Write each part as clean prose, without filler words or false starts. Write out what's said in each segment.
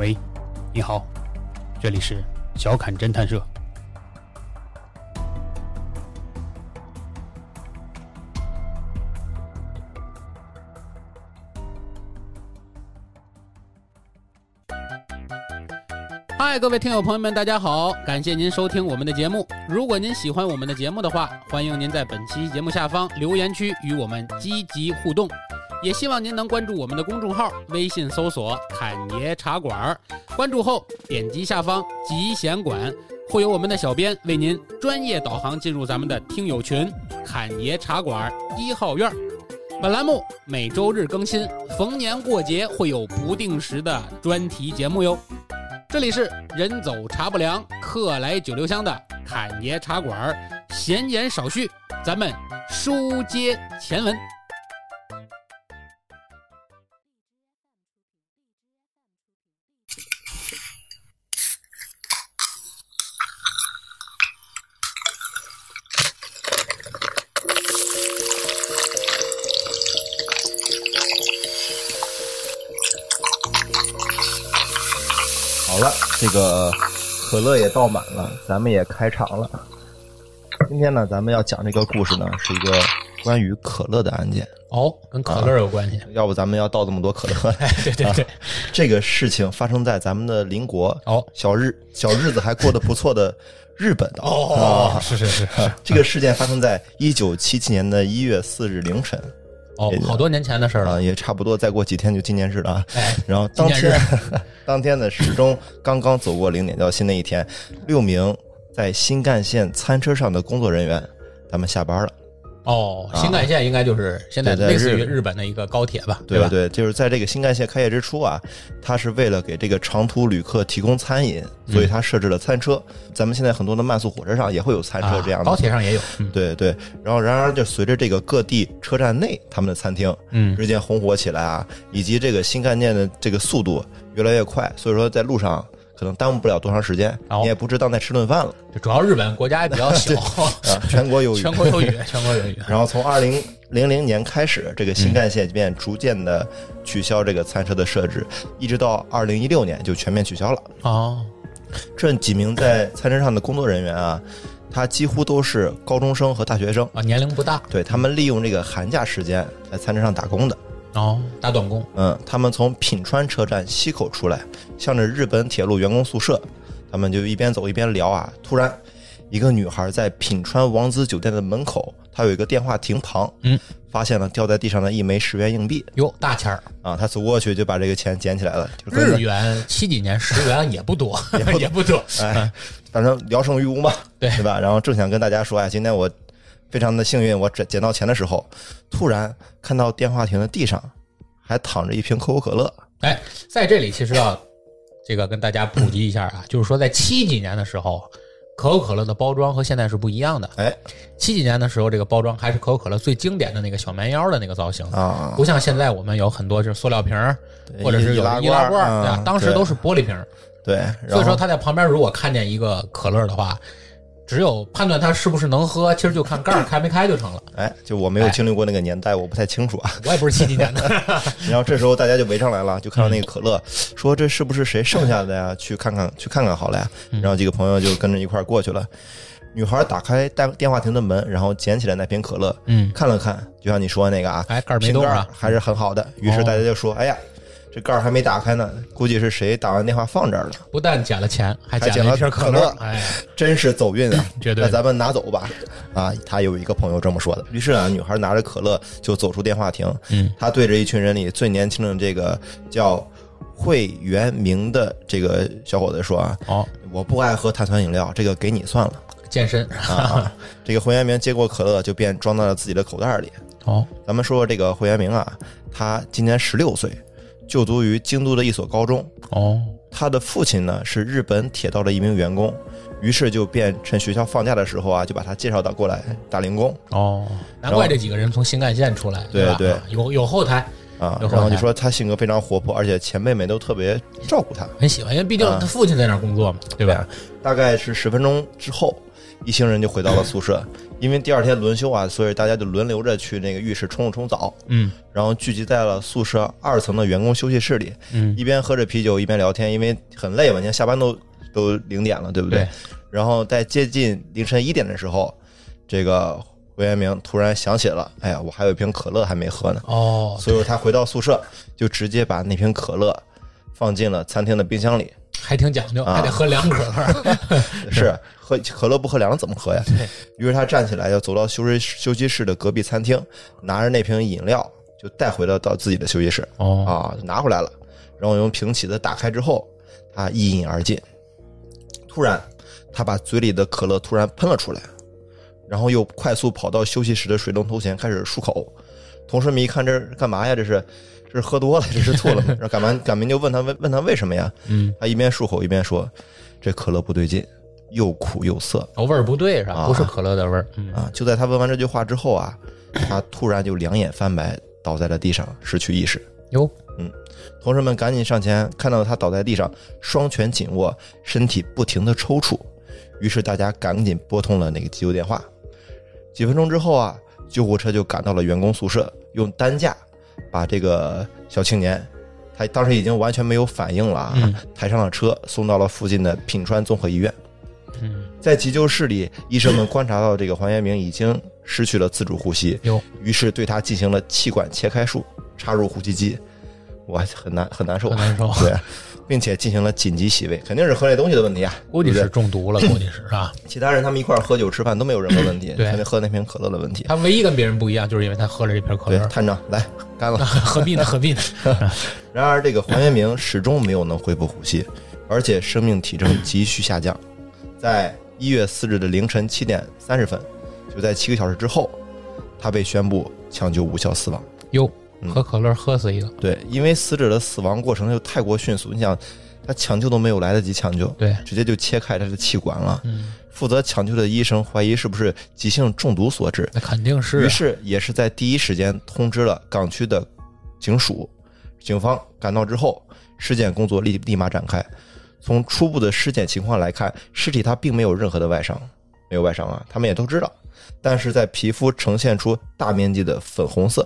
喂，你好，这里是小侃侦探社。嗨，各位听友朋友们，大家好，感谢您收听我们的节目。如果您喜欢我们的节目的话，欢迎您在本期节目下方留言区与我们积极互动。也希望您能关注我们的公众号，微信搜索侃爷茶馆，关注后点击下方集贤馆，会有我们的小编为您专业导航进入咱们的听友群侃爷茶馆1号院。本栏目每周日更新，逢年过节会有不定时的专题节目哟。这里是人走茶不凉，客来酒留香的侃爷茶馆，闲言少叙，咱们书接前文。 好了，这个可乐也倒满了，咱们也开场了。今天呢，咱们要讲这个故事呢，是一个关于可乐的案件。 哦，跟可乐有关系。 要不咱们要倒这么多可乐？ 对对对。 这个事情发生在咱们的邻国哦， 小日子还过得不错的日本的。 哦，是。 这个事件发生在1977年的1月4日凌晨。 哦，好多年前的事了， 也差不多，再过几天就纪念日了啊。 哎， 然后当天的时钟刚刚走过0点，到新的一天，6名在新干线餐车上的工作人员，他们下班了。 哦，新干线应该就是现在类似于日本的一个高铁吧？ 对吧？对，就是在这个新干线开业之初啊，它是为了给这个长途旅客提供餐饮，所以它设置了餐车。咱们现在很多的慢速火车上也会有餐车这样的， 高铁上也有。 对对。然而就随着这个各地车站内他们的餐厅日渐红火起来啊，以及这个新干线的这个速度越来越快，所以说在路上可能耽误不了多长时间，你也不知道在吃顿饭了。 主要日本国家也比较小全国有余。然后从2000年开始，这个新干线便逐渐的取消这个餐车的设置，一直到2016年就全面取消了。哦，这几名在餐车上的工作人员啊，他几乎都是高中生和大学生啊，年龄不大。 对，他们利用这个寒假时间在餐车上打工的。 哦，打短工。 他们从品川车站西口出来，向着日本铁路员工宿舍，他们就一边走一边聊啊。突然，一个女孩在品川王子酒店的门口，她有一个电话亭旁，发现了掉在地上的一枚10元硬币。 哟，大钱儿啊！她走过去就把这个钱捡起来了。 日元70几年10元也不多，也不多。 哎，反正聊胜于无嘛，对吧？然后正想跟大家说，今天我非常的幸运，我捡到钱的时候，突然看到电话亭的地上还躺着一瓶可口可乐。 哎，在这里其实要这个跟大家普及一下啊，就是说在70几年的时候，可口可乐的包装和现在是不一样的。哎，70几年的时候，这个包装还是可口可乐最经典的那个小蛮腰的那个造型啊，不像现在我们有很多就是塑料瓶或者是有易拉罐，对吧？当时都是玻璃瓶。 对， 所以说他在旁边如果看见一个可乐的话，只有判断它是不是能喝，其实就看盖儿开没开就成了。哎， 就我没有经历过那个年代，我不太清楚啊。 我也不是70几年的。 然后这时候大家就围上来了，就看到那个可乐，说这是不是谁剩下的呀？去看看好了呀。然后几个朋友就跟着一块过去了。女孩打开电话亭的门，然后捡起来那瓶可乐，看了看，就像你说的那个啊， 哎，盖儿没动啊， 还是很好的。于是大家就说，哎呀，这盖儿还没打开呢，估计是谁打完电话放这儿了。 不但捡了钱，还捡了一瓶可乐，哎， 真是走运啊！ 绝对。 那咱们拿走吧。啊，他有一个朋友这么说的。于是啊，女孩拿着可乐就走出电话亭。她对着一群人里最年轻的这个叫惠元明的这个小伙子说啊，我不爱喝碳酸饮料，这个给你算了。 健身啊，这个惠元明接过可乐就便装到了自己的口袋里。咱们说说这个惠元明啊，他今年16岁。就读于京都的一所高中。他的父亲呢是日本铁道的一名员工，于是就便趁学校放假的时候啊，就把他介绍到过来打零工。 难怪这几个人从新干线出来， 对对， 有后台啊。然后就说他性格非常活泼，而且前辈们都特别照顾他， 很喜欢，因为毕竟他父亲在那儿工作嘛，对吧？ 大概是10分钟之后，一行人就回到了宿舍。 因为第二天轮休啊，所以大家就轮流着去那个浴室冲澡，然后聚集在了宿舍2层的员工休息室里，一边喝着啤酒一边聊天，因为很累嘛，你看下班都0点了，对不对？然后在接近凌晨1点的时候，这个胡彦明突然想起了，哎呀，我还有一瓶可乐还没喝呢，所以他回到宿舍就直接把那瓶可乐放进了餐厅的冰箱里， 还挺讲究，还得喝凉可乐， 是喝可乐不喝凉怎么喝呀？于是他站起来要走到休息室的隔壁餐厅，拿着那瓶饮料就带回了到自己的休息室，拿回来了，然后用瓶起子打开之后，他一饮而尽。突然他把嘴里的可乐突然喷了出来，然后又快速跑到休息室的水龙头前开始漱口。同事们一看，这干嘛呀？这是喝多了，这是吐了吗？然后赶明就问他为什么呀？他一边漱口一边说，这可乐不对劲，又苦又涩， 味儿不对是吧？不是可乐的味儿就在他问完这句话之后啊，他突然就两眼翻白，倒在了地上，失去意识。同事们赶紧上前，看到他倒在地上，双拳紧握，身体不停的抽搐。于是大家赶紧拨通了那个急救电话。几分钟之后啊，救护车就赶到了员工宿舍，用担架把这个小青年，他当时已经完全没有反应了，抬上了车，送到了附近的品川综合医院。在急救室里，医生们观察到这个黄彦明已经失去了自主呼吸，于是对他进行了气管切开术，插入呼吸机。哇，很难受，对，并且进行了紧急洗胃，肯定是喝那东西的问题啊， 估计是中毒了，估计是吧？ 其他人他们一块喝酒吃饭都没有任何问题，对，喝那瓶可乐的问题。 他唯一跟别人不一样，就是因为他喝了这瓶可乐。 对，探长来干了， 何必呢？ 然而，这个黄彦明始终没有能恢复呼吸，而且生命体征急剧下降。在1月4日的凌晨7点30分，就在7个小时之后，他被宣布抢救无效死亡。 喝可乐喝死一个。 对，因为死者的死亡过程就太过迅速，你想他抢救都没有来得及抢救， 对， 直接就切开他的气管了。负责抢救的医生怀疑是不是急性中毒所致， 那肯定是。 于是也是在第一时间通知了港区的警署，警方赶到之后，尸检工作立马展开。从初步的尸检情况来看，尸体它并没有任何的外伤，没有外伤啊，他们也都知道，但是在皮肤呈现出大面积的粉红色。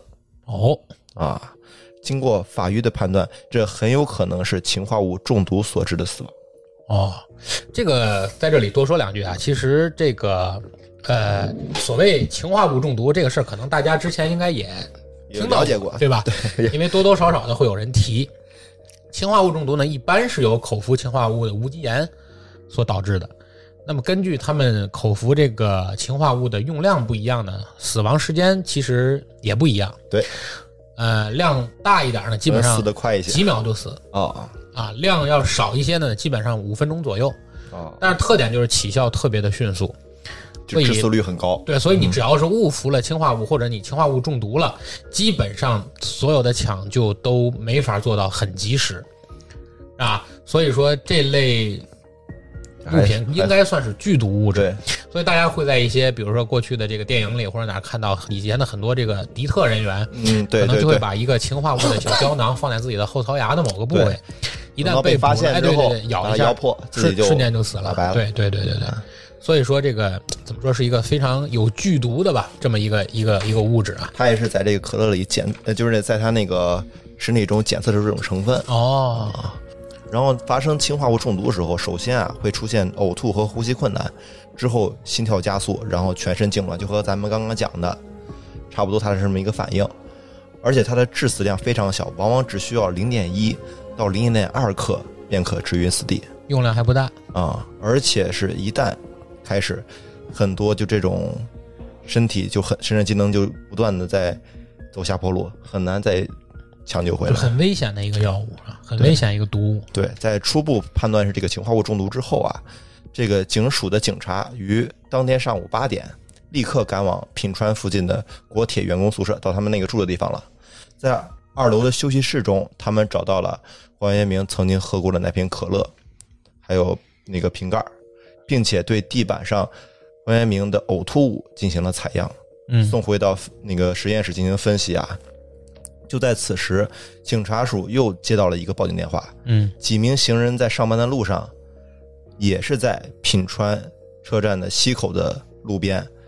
经过法医的判断，这很有可能是氰化物中毒所致的死亡。 这个在这里多说两句啊。其实这个所谓氰化物中毒这个事儿，可能大家之前应该也听到了解过， 对吧？对，因为多多少少的会有人提。氰化物中毒呢，一般是由口服氰化物的无机盐所导致的。那么根据他们口服这个氰化物的用量不一样呢，死亡时间其实也不一样。 对， 量大一点呢，基本上死得快一些， 几秒就死。量要少一些呢，基本上5分钟左右。但是特点就是起效特别的迅速， 就致死率很高。 对，所以你只要是误服了氰化物，或者你氰化物中毒了，基本上所有的抢救都没法做到很及时所以说这类物品应该算是剧毒物质，所以大家会在一些比如说过去的这个电影里或者哪看到以前的很多这个敌特人员，可能就会把一个氰化物的小胶囊放在自己的后槽牙的某个部位，一旦被发现之后， 咬一下， 破， 瞬间就死了。对。所以说这个怎么说是一个非常有剧毒的吧，这么一个物质啊。 它也是在这个可乐里就是在它那个身体中检测出这种成分。然后发生氰化物中毒的时候，首先会出现呕吐和呼吸困难，之后心跳加速，然后全身痉挛，就和咱们刚刚讲的差不多，它是这么一个反应。而且它的致死量非常小，往往只需要0.1到0.2克便可致晕死地， 用量还不大而且是一旦开始，很多就这种身体就肾上机能就不断的在走下坡路，很难再抢救回来， 很危险的一个药物很危险一个毒物。 对，在初步判断是这个氰化物中毒之后这个警署的警察于当天上午8点立刻赶往品川附近的国铁员工宿舍，到他们那个住的地方了。在2楼的休息室中，他们找到了黄彦明曾经喝过的那瓶可乐，还有那个瓶盖，并且对地板上黄彦明的呕吐物进行了采样，送回到那个实验室进行分析就在此时，警察署又接到了一个报警电话。几名行人在上班的路上，也是在品川车站的西口的路边，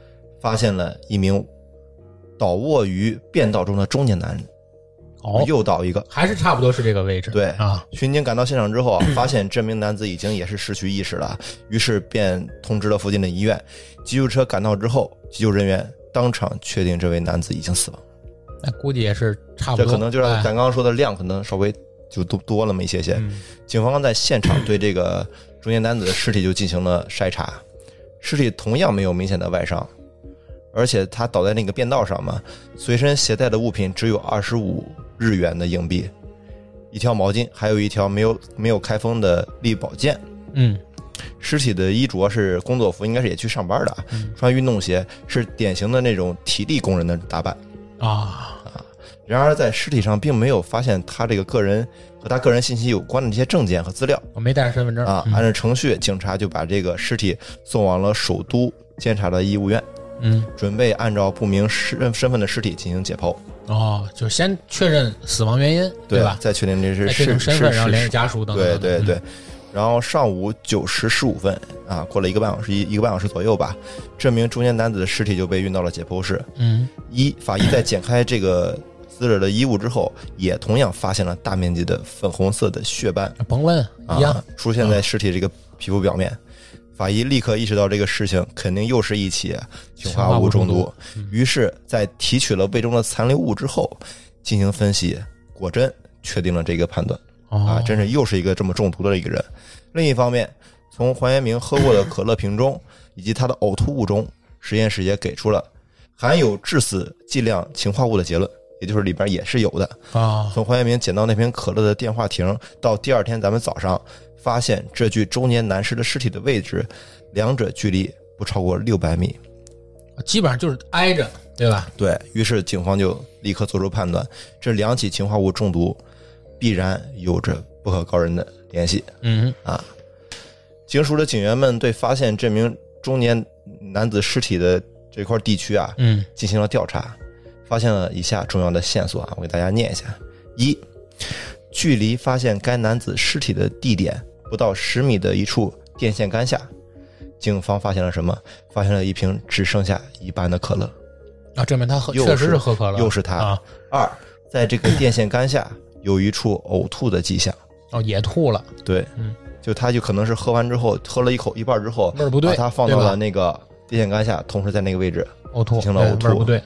发现了一名倒卧于便道中的中年男人。又倒一个， 还是差不多是这个位置。 对啊，巡警赶到现场之后发现这名男子已经也是失去意识了，于是便通知了附近的医院。急救车赶到之后，急救人员当场确定这位男子已经死亡。 那估计也是差不多， 这可能就是咱刚刚说的量可能稍微就多了那么一些。警方在现场对这个中年男子的尸体就进行了筛查，尸体同样没有明显的外伤，而且他倒在那个便道上嘛，随身携带的物品只有25日元的硬币，一条毛巾，还有一条没有开封的利宝剑。尸体的衣着是工作服，应该是也去上班的，穿运动鞋，是典型的那种体力工人的打扮啊。然而在尸体上并没有发现他这个个人和他个人信息有关的这些证件和资料， 我没带着身份证啊。按照程序，警察就把这个尸体送往了首都监察的医务院。准备按照不明身份的尸体进行解剖。 就先确认死亡原因，对吧？ 再确定这是身份，然后联系家属等等。 对。然后上午9时15分啊，过了一个半小时左右吧，这名中年男子的尸体就被运到了解剖室。法医在剪开这个死者的衣物之后，也同样发现了大面积的粉红色的血斑， 甭问一样出现在尸体这个皮肤表面。法医立刻意识到这个事情肯定又是一起氰化物中毒，于是在提取了胃中的残留物之后进行分析，果真确定了这个判断。真是又是一个这么中毒的一个人。另一方面，从黄彦明喝过的可乐瓶中以及他的呕吐物中，实验室也给出了含有致死剂量氰化物的结论，也就是里边也是有的。从黄彦明捡到那瓶可乐的电话亭到第二天咱们早上发现这具中年男士的尸体的位置，两者距离不超过600米， 基本上就是挨着，对吧？ 对，于是警方就立刻做出判断，这2起氰化物中毒必然有着不可告人的联系。警署的警员们对发现这名中年男子尸体的这块地区进行了调查，发现了以下重要的线索我给大家念一下。1. 距离发现该男子尸体的地点不到10米的一处电线杆下，警方发现了什么？发现了一瓶只剩下一半的可乐。 证明他确实是喝可乐， 又是他。2. 在这个电线杆下有一处呕吐的迹象。 也吐了。 对，就他就可能是喝完之后，喝了一半之后， 味儿不对， 把他放到了那个电线杆下，同时在那个位置呕吐， 进行了呕吐。 味儿不对。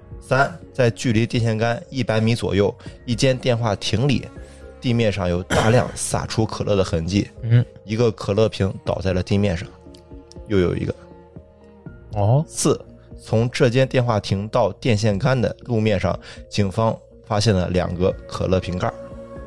3. 在距离电线杆100米左右一间电话亭里，地面上有大量洒出可乐的痕迹。一个可乐瓶倒在了地面上，又有一个。4. 从这间电话亭到电线杆的路面上，警方发现了2个可乐瓶盖。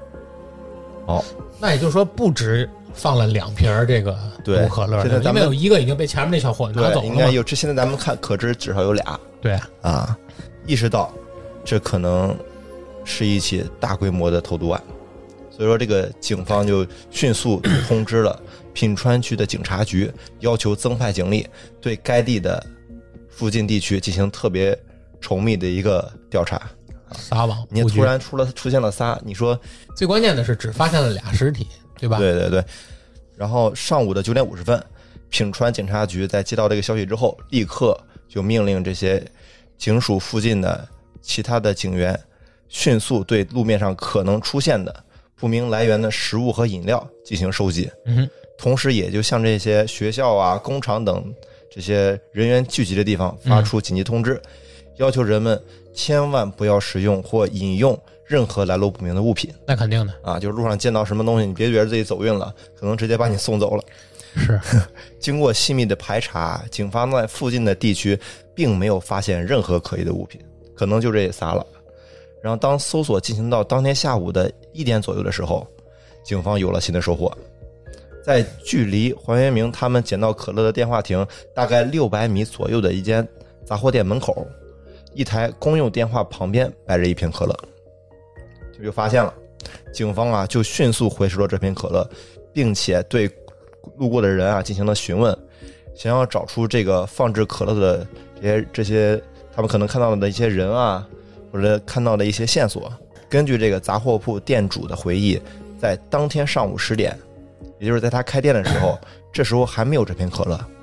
那也就是说不止放了2瓶这个毒可乐，因为有一个已经被前面那小伙拿走了， 应该有。这现在咱们看可知至少有俩。 对啊，意识到这可能是一起大规模的投毒案，所以说这个警方就迅速通知了品川区的警察局，要求增派警力对该地的附近地区进行特别稠密的一个调查。 撒网， 你突然出现了仨，你说最关键的是只发现了俩尸体，对吧？ 对。然后上午的9点50分，品川警察局在接到这个消息之后，立刻就命令这些警署附近的其他的警员迅速对路面上可能出现的不明来源的食物和饮料进行收集。同时也就向这些学校啊、工厂等这些人员聚集的地方发出紧急通知，要求人们千万不要使用或饮用任何来路不明的物品。 那肯定的啊，就是路上见到什么东西，你别觉得自己走运了，可能直接把你送走了。 是。 经过细密的排查，警方在附近的地区并没有发现任何可疑的物品，可能就这仨了。然后当搜索进行到当天下午的1点左右的时候，警方有了新的收获。在距离黄元明他们捡到可乐的电话亭大概600米左右的一间杂货店门口，一台公用电话旁边摆着一瓶可乐，就发现了。警方就迅速回收了这瓶可乐，并且对路过的人进行了询问，想要找出这个放置可乐的这些他们可能看到的一些人或者看到的一些线索。根据这个杂货铺店主的回忆，在当天上午10点，也就是在他开店的时候，这时候还没有这瓶可乐。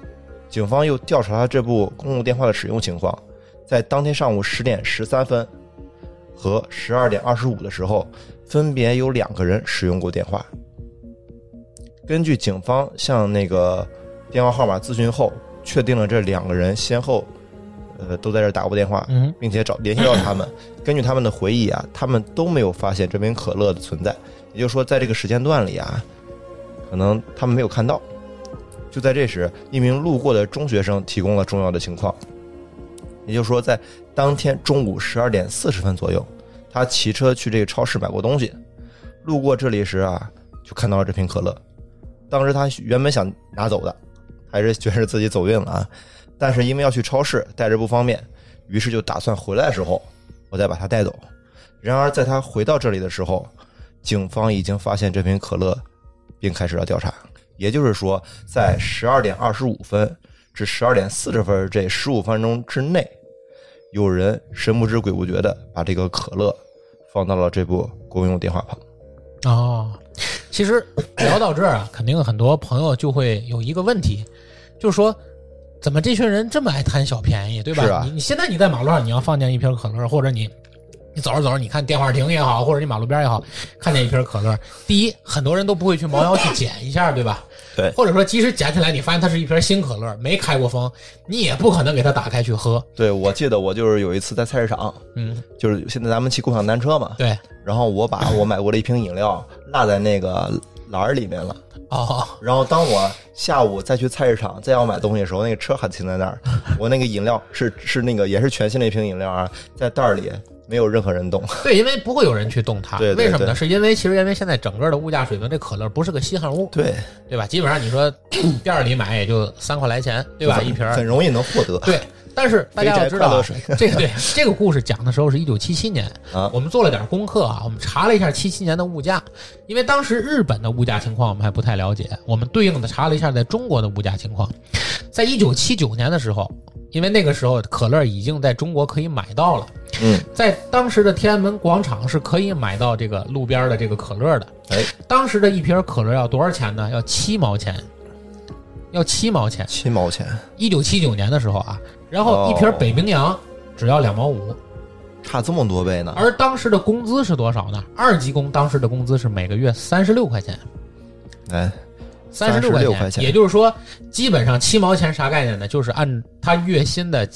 警方又调查了这部公共电话的使用情况，在当天上午10点13分和12点25的时候，分别有2个人使用过电话。根据警方向那个电话号码咨询后，确定了这2个人先后都在这打过电话，并且联系到他们。根据他们的回忆啊，他们都没有发现这瓶可乐的存在，也就是说在这个时间段里啊，可能他们没有看到。就在这时，一名路过的中学生提供了重要的情况，也就是说在当天中午12点40分左右，他骑车去这个超市买过东西，路过这里时啊，就看到了这瓶可乐。当时他原本想拿走的，还是觉得自己走运了啊，但是因为要去超市带着不方便，于是就打算回来的时候我再把它带走。然而在他回到这里的时候，警方已经发现这瓶可乐并开始了调查。也就是说在12点25分至12点40分这15分钟之内，有人神不知鬼不觉的把这个可乐放到了这部公用电话旁。 其实聊到这儿啊，肯定很多朋友就会有一个问题，就是说怎么这群人这么爱贪小便宜，对吧？ 是啊， 你现在你在马路上你要放见一瓶可乐，或者你走着走着你看电话亭也好，或者你马路边也好，看见一瓶可乐，第一很多人都不会去猫腰去捡一下，对吧？ 对， 或者说即使捡起来你发现它是一瓶新可乐没开过封，你也不可能给它打开去喝。对， 我记得我就是有一次在菜市场，就是现在咱们骑共享单车嘛， 对， 然后我把我买过的一瓶饮料落在那个篮里面了。然后当我下午再去菜市场再要买东西的时候，那个车还停在那儿，我那个饮料是那个也是全新的一瓶饮料啊，在袋里没有任何人动。 对，因为不会有人去动它。 对， 为什么呢？是因为其实因为现在整个的物价水平，这可乐不是个稀罕物。对吧？基本上你说店里买也就3块来钱，对吧？一瓶很容易能获得。 对。但是大家要知道，这个故事讲的时候是1977年啊，我们做了点功课啊，我们查了一下77年的物价，因为当时日本的物价情况我们还不太了解，我们对应的查了一下在中国的物价情况。在1979年的时候，因为那个时候可乐已经在中国可以买到了，在当时的天安门广场是可以买到这个路边的这个可乐的。当时的一瓶可乐要多少钱呢？要7毛钱。要7毛钱。 7毛钱。 1979年的时候啊。然后一瓶北冰洋只要2毛5， 差这么多倍呢。 而当时的工资是多少呢？2级工当时的工资是每个月36块钱。36块钱，也就是说，基本上7毛钱啥概念呢？就是按他月薪的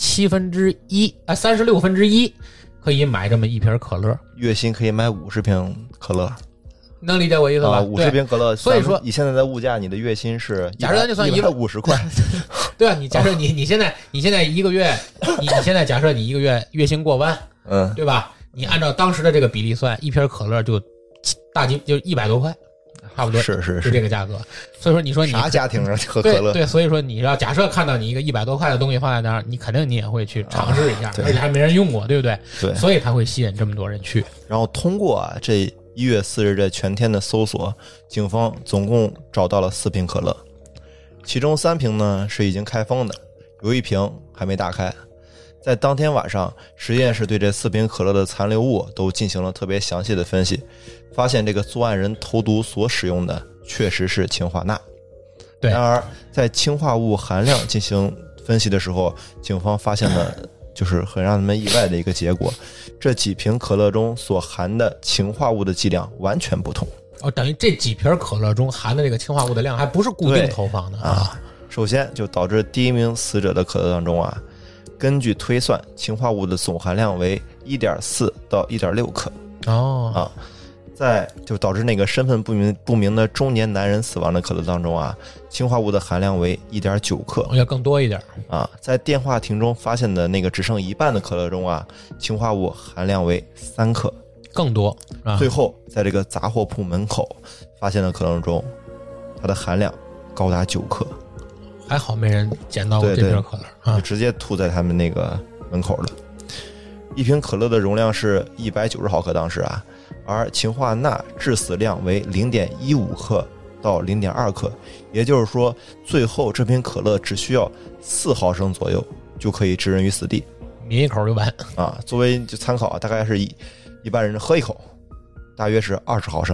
36分之一，可以买这么一瓶可乐。 月薪可以买50瓶可乐。 能理解我意思吧 ？50瓶可乐， 所以说以现在的物价，你的月薪是假设咱就算 150块， 对啊，你假设你现在一个月，你现在假设你一个月月薪过万，对吧？你按照当时的这个比例算，一瓶可乐就就100多块，差不多是这个价格。所以说你说你啥家庭喝可乐？ 对，所以说你要假设看到你一个100多块的东西放在那儿，你肯定你也会去尝试一下，而且还没人用过，对不对？ 对， 所以才会吸引这么多人去。 然后通过这1月4日这全天的搜索，警方总共找到了4瓶可乐，其中3瓶呢是已经开封的，有1瓶还没打开。在当天晚上，实验室对这4瓶可乐的残留物都进行了特别详细的分析，发现这个作案人投毒所使用的确实是氰化钠。然而在氰化物含量进行分析的时候，警方发现了就是很让人们意外的一个结果，这几瓶可乐中所含的氰化物的剂量完全不同。 等于这几瓶可乐中含的这个氰化物的量还不是固定投放的啊。 首先就导致第1名死者的可乐当中啊，根据推算，氰化物的总含量为 1.4 到 1.6 克。再就导致那个身份不明的中年男人死亡的可乐当中啊，氰化物的含量为 1.9 克， 要更多一点啊。在电话亭中发现的那个只剩一半的可乐中啊，氰化物含量为3克， 更多。 最后在这个杂货铺门口发现的可乐中，它的含量高达9克。 还好没人捡到过这瓶可乐， 就直接吐在他们那个门口了。一瓶可乐的容量是190毫克，当时啊，而氰化钠致死量为 0.15 克到 0.2 克，也就是说，最后这瓶可乐只需要4毫升左右就可以致人于死地， 抿一口就完啊。 作为就参考啊，大概是一般人喝一口，大约是20毫升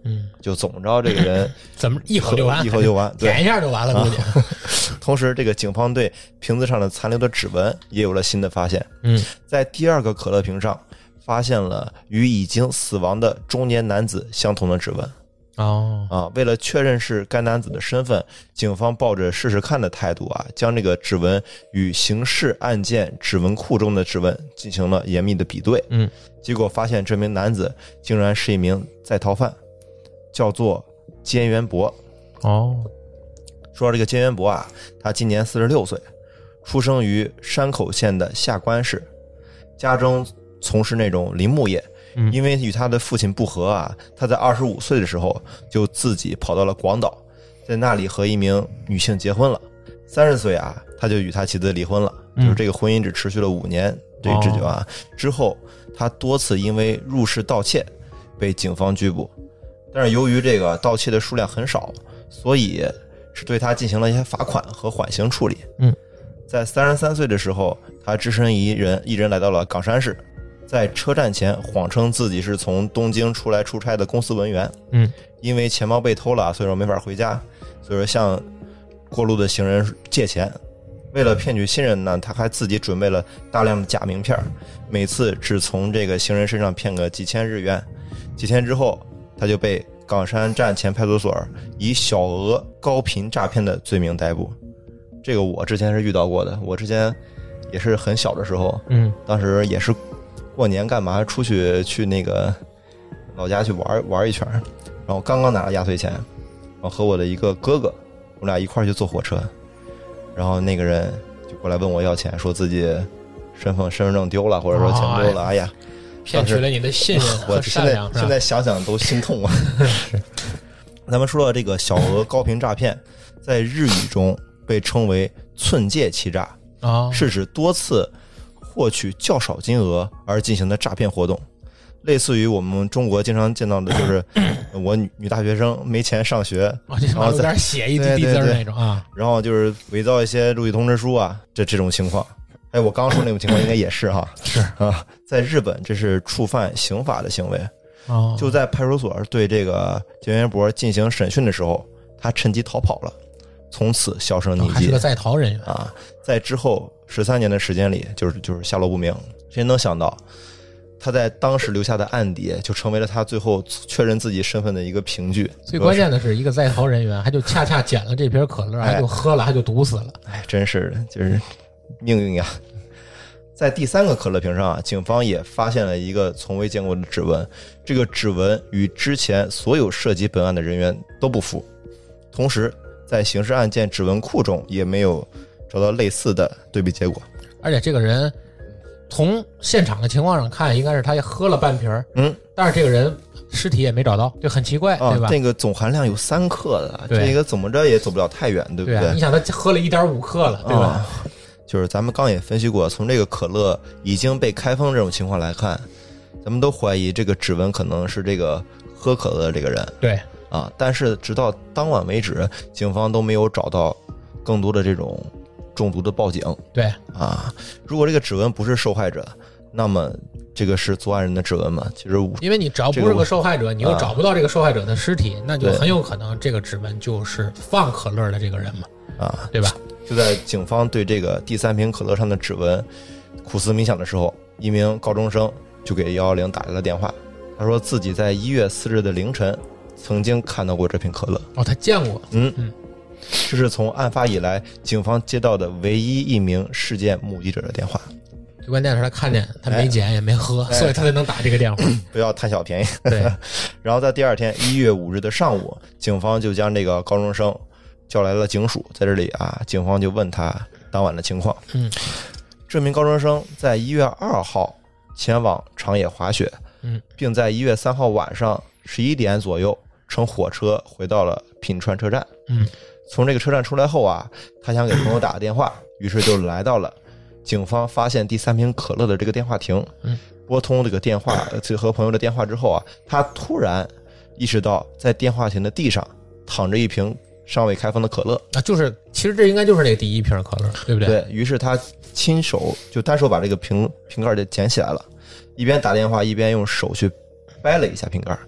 就怎么着这个人怎么一口就完， 点一下就完了，估计。 同时，这个警方对瓶子上的残留的指纹也有了新的发现。在第二个可乐瓶上发现了与已经死亡的中年男子相同的指纹。为了确认是该男子的身份，警方抱着试试看的态度将这个指纹与刑事案件指纹库中的指纹进行了严密的比对。结果发现这名男子竟然是一名在逃犯，叫做菅元博。说到这个菅元博他今年46岁，出生于山口县的下关市，家中从事那种林木业。因为与他的父亲不和他在25岁的时候就自己跑到了广岛，在那里和一名女性结婚了。30岁他就与他妻子离婚了，就是这个婚姻只持续了5年这之久之后他多次因为入室盗窃被警方拘捕，但是由于这个盗窃的数量很少，所以是对他进行了一些罚款和缓刑处理。在33岁的时候，他只身一人来到了冈山市，在车站前谎称自己是从东京出来出差的公司文员。因为钱包被偷了，所以说没法回家，所以说向过路的行人借钱。为了骗取信任呢，他还自己准备了大量的假名片，每次只从这个行人身上骗个几千日元。几天之后，他就被冈山站前派出所以小额高频诈骗的罪名逮捕。这个我之前是遇到过的，我之前也是很小的时候，当时也是过年干嘛出去那个老家去玩一圈，然后刚刚拿了压岁钱，然后和我的一个哥哥，我俩一块去坐火车，然后那个人就过来问我要钱，说自己身份证丢了，或者说钱丢了。哎呀， 骗取了你的信任和善良。 现在想想都心痛咱们说到这个小额高频诈骗，在日语中被称为寸借欺诈，是指多次获取较少金额而进行的诈骗活动，类似于我们中国经常见到的，就是我女大学生没钱上学， 然后在那写一滴字那种然后就是伪造一些录取通知书这种情况。我刚刚说那种情况应该也是是在日本这是触犯刑法的行为。就在派出所对这个菅元博进行审讯的时候，他趁机逃跑了，从此销声匿迹， 还是个在逃人员在之后13年的时间里，就是下落不明。谁能想到，他在当时留下的案底，就成为了他最后确认自己身份的一个凭据。 最关键的是，一个在逃人员，还就恰恰捡了这瓶可乐，还就喝了，还就毒死了。 真是的，就是命运呀。在第3个可乐瓶上警方也发现了一个从未见过的指纹，这个指纹与之前所有涉及本案的人员都不符。同时，在刑事案件指纹库中也没有找到类似的对比结果。 而且这个人从现场的情况上看，应该是他也喝了半瓶，但是这个人尸体也没找到，就很奇怪，对吧？ 那个总含量有3克的，这个怎么着也走不了太远，对不对？ 你想他喝了1.5克了，对吧？ 就是咱们刚也分析过，从这个可乐已经被开封这种情况来看，咱们都怀疑这个指纹可能是这个喝可乐的这个人。 对但是直到当晚为止，警方都没有找到更多的这种中毒的报警。 对如果这个指纹不是受害者，那么这个是作案人的指纹吗？其实因为你只要不是个受害者，你又找不到这个受害者的尸体，那就很有可能这个指纹就是放可乐的这个人嘛，对吧？ 就在警方对这个第3瓶可乐上的指纹苦思冥想的时候，一名高中生就给110打来了电话，他说自己在1月4日的凌晨曾经看到过这瓶可乐。 他见过。 这是从案发以来警方接到的唯一一名事件目击者的电话。 最关键是他看见他没捡也没喝，所以他才能打这个电话。 不要贪小便宜。 对。 然后在第2天1月5日的上午，警方就将这个高中生叫来了警署，在这里警方就问他当晚的情况。这名高中生在1月2号前往长野滑雪，并在1月3号晚上11点左右乘火车回到了品川车站。从这个车站出来后他想给朋友打个电话，于是就来到了警方发现第3瓶可乐的这个电话亭。拨通这个电话和朋友的电话之后他突然意识到在电话亭的地上躺着一瓶尚未开封的可乐就是其实这应该就是那个第1瓶可乐，对不对？ 对，于是他单手把这个瓶盖就捡起来了，一边打电话一边用手去掰了一下瓶盖，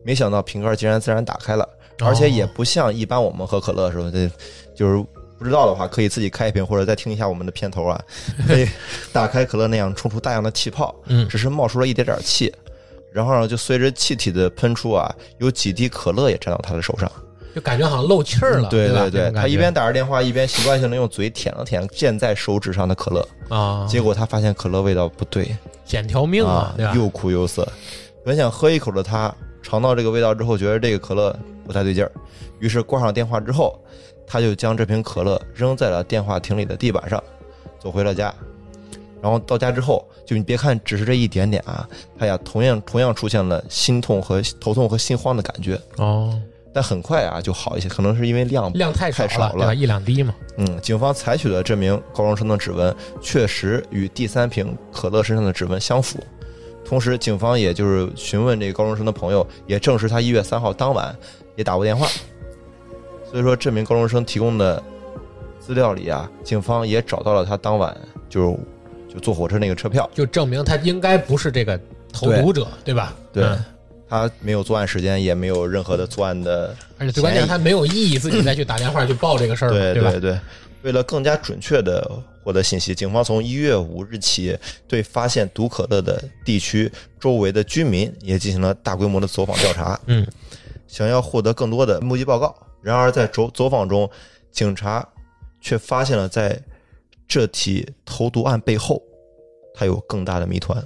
没想到瓶盖竟然自然打开了，而且也不像一般我们喝可乐的时候，这就是不知道的话可以自己开一瓶，或者再听一下我们的片头啊，可以打开可乐那样冲出大量的气泡，只是冒出了一点点气，然后呢就随着气体的喷出啊，有几滴可乐也沾到他的手上， 就感觉好像漏气儿了。 对对对，他一边打着电话一边习惯性的用嘴舔了舔溅在手指上的可乐啊，结果他发现可乐味道不对， 捡条命啊，对吧？ 又苦又涩。本想喝一口的他尝到这个味道之后，觉得这个可乐不太对劲儿，于是挂上电话之后，他就将这瓶可乐扔在了电话亭里的地板上，走回了家。然后到家之后，就你别看只是这一点点啊，他呀同样出现了心痛和头痛和心慌的感觉哦。但很快啊就好一些，可能是因为量太少了， 对吧 ？1-2滴嘛。 警方采取了这名高中生的指纹，确实与第3瓶可乐身上的指纹相符。同时，警方也就是询问这个高中生的朋友，也证实他1月3号当晚也打过电话。所以说，这名高中生提供的资料里啊，警方也找到了他当晚就坐火车那个车票， 就证明他应该不是这个投毒者， 对吧？ 对。他没有作案时间，也没有任何的作案的， 而且最关键他没有意义自己再去打电话去报这个事儿， 对吧？ 对对。为了更加准确的获得信息，警方从1月5日起对发现毒可乐的地区周围的居民也进行了大规模的走访调查，想要获得更多的目击报告。然而在走访中，警察却发现了在这起投毒案背后，它有更大的谜团。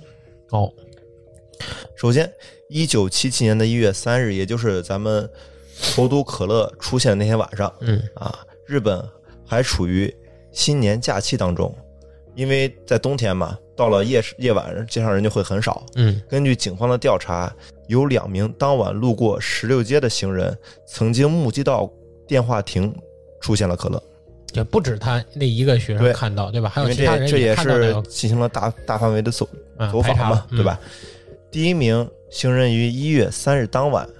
首先1977年的1月3日，也就是咱们投毒可乐出现的那天晚上，日本还处于新年假期当中，因为在冬天嘛，到了夜晚街上人就会很少。根据警方的调查，有2名当晚路过16街的行人曾经目击到电话亭出现了可乐， 也不止他那一个学生看到，对吧？还有其他人也看到这也是进行了大范围的走访嘛，对吧？第1名行人于1月3日当晚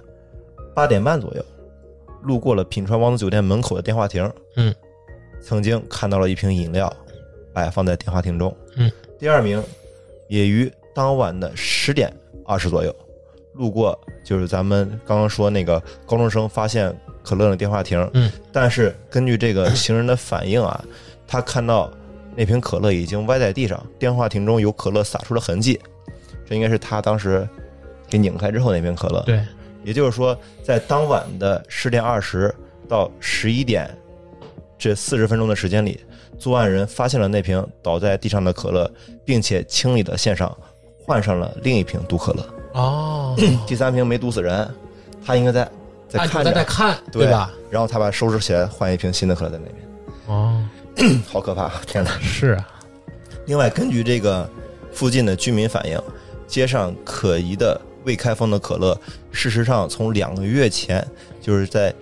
8点半左右路过了品川王子酒店门口的电话亭，曾经看到了一瓶饮料摆放在电话亭中。第2名也于当晚的10点20左右路过，就是咱们刚刚说那个高中生发现可乐的电话亭，但是根据这个行人的反应啊，他看到那瓶可乐已经歪在地上，电话亭中有可乐洒出的痕迹，这应该是他当时给拧开之后那瓶可乐。 对， 也就是说在当晚的10点20到11点这40分钟的时间里，作案人发现了那瓶倒在地上的可乐，并且清理的线上换上了另一瓶毒可乐。第3瓶没毒死人，他应该在看着， 在看，对吧？ 然后他把收拾起来，换一瓶新的可乐在那边。好可怕，天哪！ 是啊。 另外，根据这个附近的居民反映，街上可疑的未开封的可乐，事实上从2个月前，就是在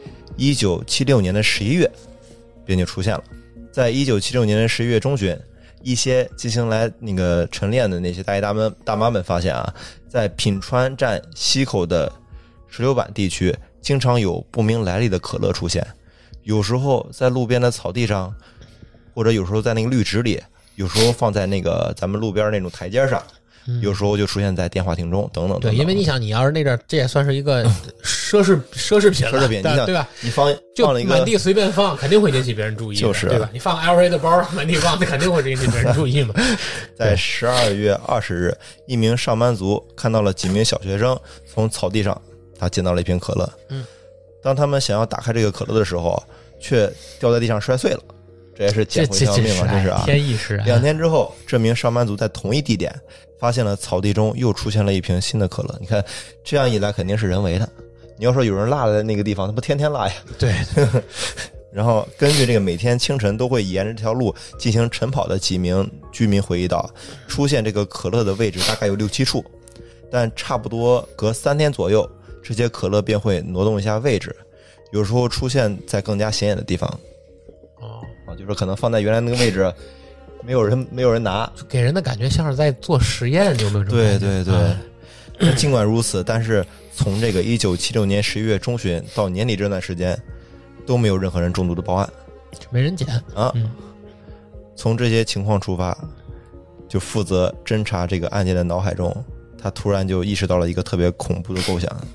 1976年的11月便就出现了。在1976年的11月中旬，一些进行来那个晨练的那些大爷大妈们发现啊，在品川站西口的石榴板地区，经常有不明来历的可乐出现，有时候在路边的草地上，或者有时候在那个绿植里，有时候放在那个咱们路边那种台阶上，有时候就出现在电话亭中等等。 对，因为你想，你要是那阵这也算是一个奢侈品了，对吧？ 你放了一个满地随便放，肯定会引起别人注意， 就是对吧？你放个 LV 的包满地放，那肯定会引起别人注意嘛。 在12月20日，一名上班族看到了几名小学生从草地上，他捡到了一瓶可乐。当他们想要打开这个可乐的时候，却掉在地上摔碎了。这也是捡回一条命啊！真是啊， 天意使然。 2天之后，这名上班族在同一地点发现了草地中又出现了一瓶新的可乐。你看，这样一来肯定是人为的。你要说有人落在那个地方，他不天天落呀？ 对。 然后根据这个每天清晨都会沿着这条路进行晨跑的几名居民回忆到，出现这个可乐的位置大概有6-7处，但差不多隔3天左右，这些可乐便会挪动一下位置，有时候出现在更加显眼的地方。就是可能放在原来那个位置，没有人拿， 给人的感觉像是在做实验，有没有这种感觉？ 对对对。尽管如此，但是从这个1976年11月中旬到年底这段时间，都没有任何人中毒的报案， 没人捡啊。 从这些情况出发，就负责侦查这个案件的脑海中，他突然就意识到了一个特别恐怖的构想。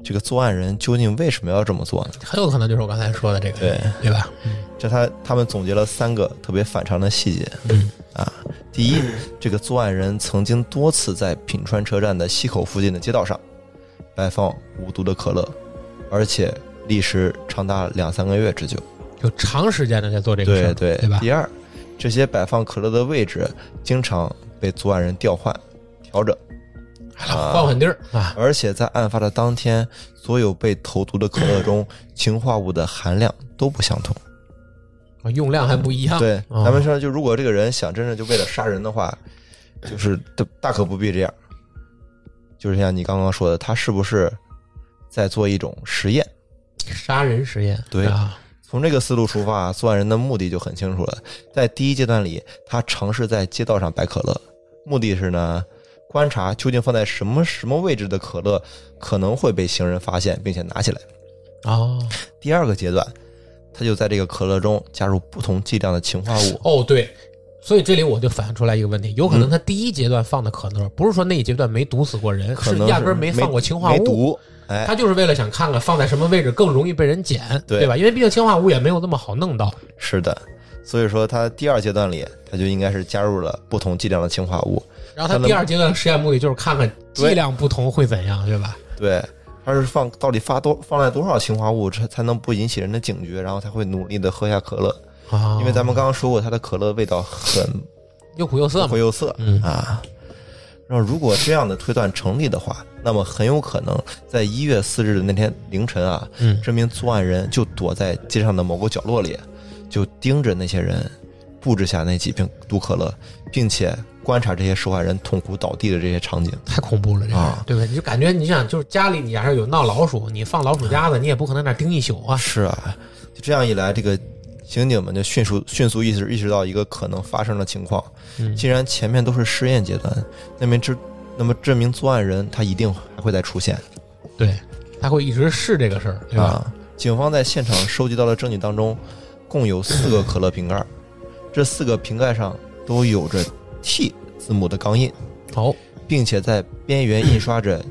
这个作案人究竟为什么要这么做呢？ 很有可能就是我刚才说的这个，对吧？ 这他们总结了3个特别反常的细节。第一，这个作案人曾经多次在品川车站的西口附近的街道上摆放无毒的可乐，而且历时长达2-3个月之久， 就长时间的在做这个事，对吧？ 第二，这些摆放可乐的位置经常被作案人调换调整， 换地儿啊！ 而且在案发的当天，所有被投毒的可乐中氰化物的含量都不相同， 用量还不一样。 对，咱们说，就如果这个人想真正就为了杀人的话，就是大可不必这样。就是像你刚刚说的，他是不是在做一种实验？ 杀人实验。 对啊。从这个思路出发，作案人的目的就很清楚了。在第一阶段里，他尝试在街道上摆可乐，目的是呢，观察究竟放在什么位置的可乐可能会被行人发现并且拿起来。第二个阶段，他就在这个可乐中加入不同剂量的氰化物。 对，所以这里我就反映出来一个问题，有可能他第一阶段放的可乐，不是说那一阶段没毒死过人，是压根没放过氰化物， 没毒。 他就是为了想看看放在什么位置更容易被人捡，对吧？因为毕竟氰化物也没有那么好弄到。 是的，所以说他第二阶段里，他就应该是加入了不同剂量的氰化物。 然后他第二阶段的实验目的就是看看剂量不同会怎样，对吧？ 对，他是到底放在多少氰化物才能不引起人的警觉，然后才会努力的喝下可乐。因为咱们刚刚说过，他的可乐味道很又苦又涩嘛， 然后如果这样的推断成立的话，那么很有可能在1月4日的那天凌晨这名作案人就躲在街上的某个角落里，就盯着那些人布置下那几瓶毒可乐，并且观察这些受害人痛苦倒地的这些场景。 太恐怖了，这个对吧？你就感觉你想，就是家里你要是有闹老鼠，你放老鼠夹子，你也不可能那盯一宿啊。 是啊，就这样一来，这个刑警们就迅速意识到一个可能发生的情况。既然前面都是试验阶段，那么这名作案人他一定还会再出现。 对，他会一直试这个事儿，对吧？ 警方在现场收集到的证据当中，共有4个可乐瓶盖，这4个瓶盖上都有着 T 字母的钢印，并且在边缘印刷着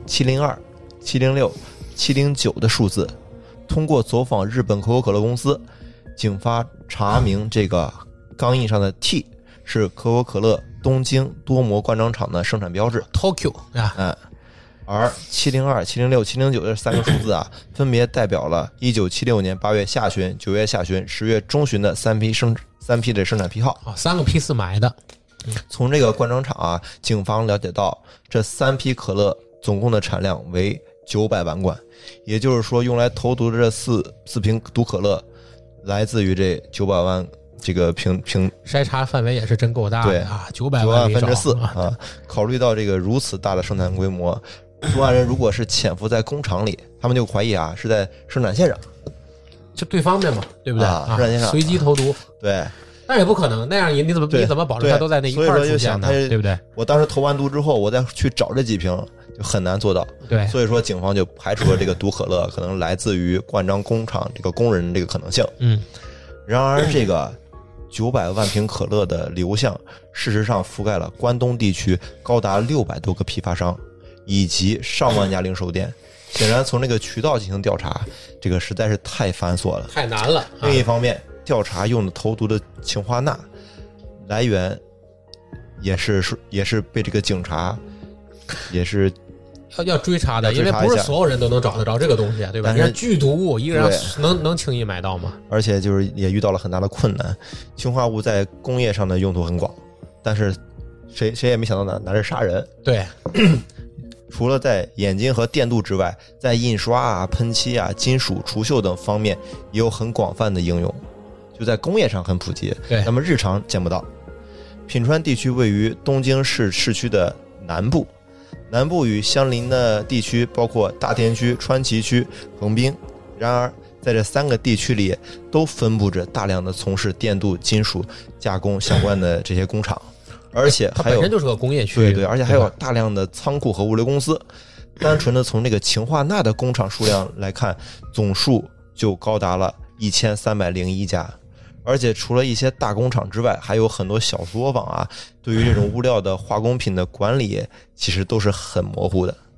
702、706、709的数字。通过走访日本可口可乐公司，警方查明这个钢印上的 T 是可口可乐东京多摩灌装厂的生产标志 Tokyo 而702、706、709这3个数字分别代表了1976年8月下旬、9月下旬、10月中旬的3批的生产批号 ，3个批次买的。 从这个灌装厂警方了解到这3批可乐总共的产量为900万罐，也就是说用来投毒的这四瓶毒可乐来自于这900万这个瓶筛查范围也是真够大的，900万分之4考虑到这个如此大的生产规模，作案人如果是潜伏在工厂里，他们就怀疑是在生产线上， 就最方便嘛，对不对？ 生产线上随机投毒， 对。 但也不可能那样，你怎么保证他都在那一块出现呢？对不对？ 我当时投完毒之后，我再去找这几瓶就很难做到。 对， 所以说警方就排除了这个毒可乐可能来自于灌装工厂这个工人这个可能性。然而这个900万瓶可乐的流向，事实上覆盖了关东地区高达600多个批发商以及上万家零售店。显然从这个渠道进行调查，这个实在是太繁琐了， 太难了。 另一方面，调查用的投毒的氰化钠来源也是被这个警察也是要追查的，因为不是所有人都能找得着这个东西，对吧？人家剧毒物一个人能轻易买到吗？ 而且就是也遇到了很大的困难。氰化物在工业上的用途很广，但是谁也没想到拿着杀人。 对。 除了在眼睛和电镀之外，在印刷喷漆金属除锈等方面也有很广泛的应用，就在工业上很普及，那么日常见不到。品川地区位于东京市市区的南部与相邻的地区包括大田区、川崎区、横滨。然而在这3个地区里都分布着大量的从事电镀金属加工相关的这些工厂，而且还有它本身就是个工业区， 对，而且还有大量的仓库和物流公司。单纯的从这个氰化钠的工厂数量来看，总数就高达了1301家。而且除了一些大工厂之外，还有很多小作坊对于这种物料的化工品的管理其实都是很模糊的。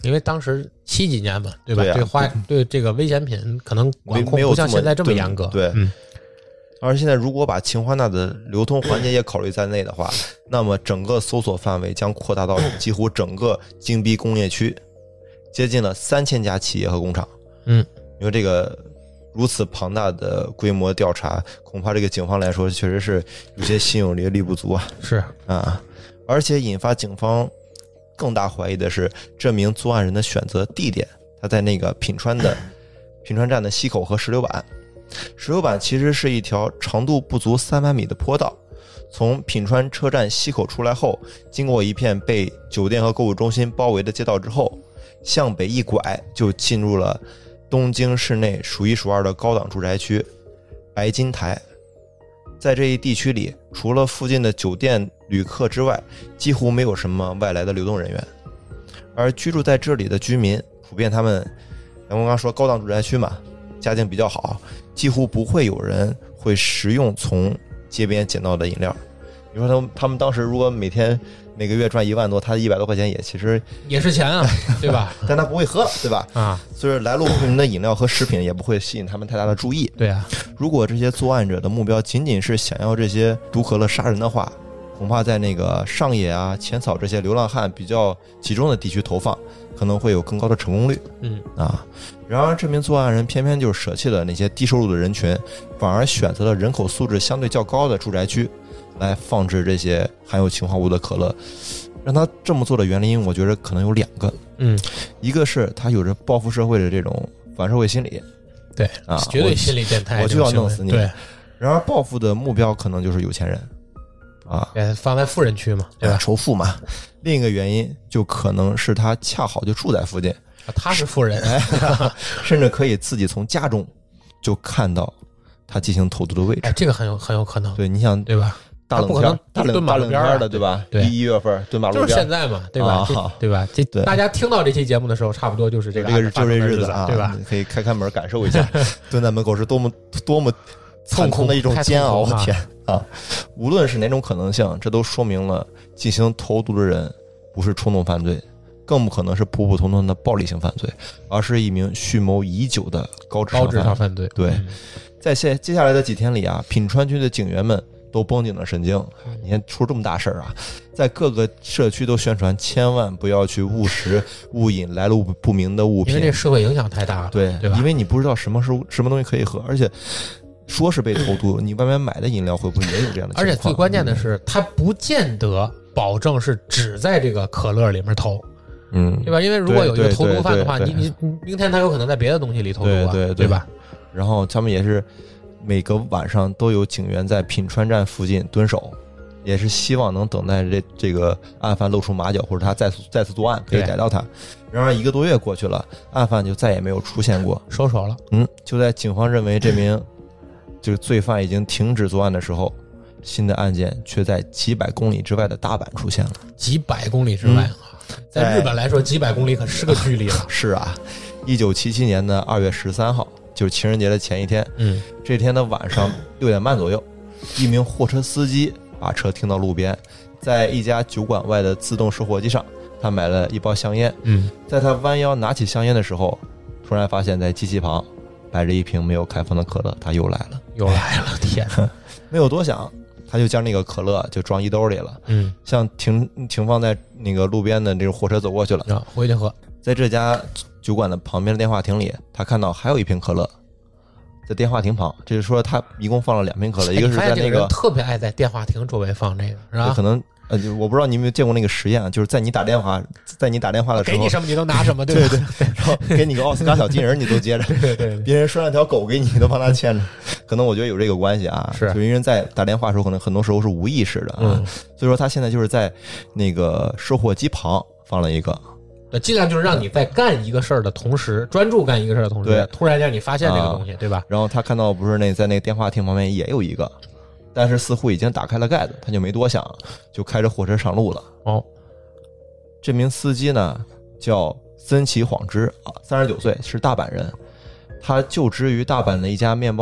因为当时70几年嘛，对吧？对这个危险品可能管控不像现在这么严格。 对，而现在如果把氰化钠的流通环节也考虑在内的话，那么整个搜索范围将扩大到几乎整个京逼工业区，接近了3000家企业和工厂。因为这个如此庞大的规模调查，恐怕这个警方来说确实是有些心有力不足啊。 是啊，而且引发警方更大怀疑的是，这名作案人的选择地点，他在那个品川站的西口和石榴板。石榴板其实是一条长度不足300米的坡道，从品川车站西口出来后，经过一片被酒店和购物中心包围的街道之后，向北一拐就进入了东京市内数一数二的高档住宅区白金台。在这一地区里，除了附近的酒店旅客之外，几乎没有什么外来的流动人员。而居住在这里的居民普遍他们咱们刚刚说高档住宅区嘛，家境比较好，几乎不会有人会食用从街边捡到的饮料。你说他们当时如果每天每个月赚1万多，他100多块钱也其实也是钱啊，对吧？ 但他不会喝了，对吧？啊，所以来路不明的饮料和食品也不会吸引他们太大的注意。 对啊， 如果这些作案者的目标仅仅是想要这些毒可乐杀人的话，恐怕在那个上野啊、浅草这些流浪汉比较集中的地区投放，可能会有更高的成功率。然而这名作案人偏偏就舍弃了那些低收入的人群，反而选择了人口素质相对较高的住宅区来放置这些含有氰化物的可乐。让他这么做的原因，我觉得可能有2个。一个是他有着报复社会的这种反社会心理， 对啊，绝对心理变态， 我就要弄死你。 对， 然而报复的目标可能就是有钱人啊， 放在富人区嘛，对吧？ 仇富嘛。另一个原因就可能是他恰好就住在附近， 他是富人， 甚至可以自己从家中就看到他进行投毒的位置。 这个很有可能。 对，你想对吧？ 大冷天蹲马路边的，对吧？ 对 ，1月份蹲马路边， 就是现在嘛，对吧？对吧？这大家听到这期节目的时候，差不多就是这个日子啊，对吧？ 可以开门感受一下，蹲在门口是多么惨痛的一种煎熬。天啊！无论是哪种可能性，这都说明了进行投毒的人不是冲动犯罪，更不可能是普普通通的暴力性犯罪，而是一名蓄谋已久的高智商犯罪。 对，在接下来的几天里啊，品川区的警员们都绷紧了神经。你看出这么大事儿啊，在各个社区都宣传千万不要去误食误饮来路不明的物品， 因为这社会影响太大了。 对吧？ 因为你不知道什么东西可以喝，而且说是被投毒，你外面买的饮料会不会也有这样的情况？ 而且最关键的是，它不见得保证是只在这个可乐里面投，对吧？因为如果有一个投毒犯的话，你明天他有可能在别的东西里投毒，对吧？ 然后他们也是每个晚上都有警员在品川站附近蹲守，也是希望能等待这个案犯露出马脚，或者他再次作案可以逮到他。然而1个多月过去了，案犯就再也没有出现过， 收手了。 就在警方认为这名这个罪犯已经停止作案的时候，新的案件却在几百公里之外的大阪出现了。 几百公里之外在日本来说，几百公里可是个距离了。 是啊，1977年的2月13号，就是情人节的前一天。这天的晚上6点半左右，一名货车司机把车停到路边，在一家酒馆外的自动售货机上，他买了一包香烟。在他弯腰拿起香烟的时候，突然发现在机器旁摆着一瓶没有开封的可乐，他又来了， 天没有多想，他就将那个可乐就装衣兜里了。像停放在那个路边的这种货车走过去了， 回去喝。 在这家酒馆的旁边的电话亭里，他看到还有一瓶可乐在电话亭旁，这就是说他一共放了2瓶可乐，一个是在那个特别爱在电话亭周围放这个，是吧？ 可能我不知道你有没有见过那个实验，就是在你打电话的时候， 给你什么你都拿什么，对吧？ 对，然后给你个奥斯卡小金人你都接着， 对， 别人拴了条狗给你都帮他牵着，可能我觉得有这个关系啊。 是， 就因为在打电话的时候，可能很多时候是无意识的啊，所以说他现在就是在那个售货机旁放了一个。 尽量就是让你在干一个事儿的同时，专注干一个事儿的同时，突然让你发现这个东西，对吧？ 然后他看到不是在那个电话亭旁边也有一个，但是似乎已经打开了盖子，他就没多想，就开着货车上路了。这名司机呢叫森崎晃之啊，39岁，是大阪人，他就职于大阪的一家面包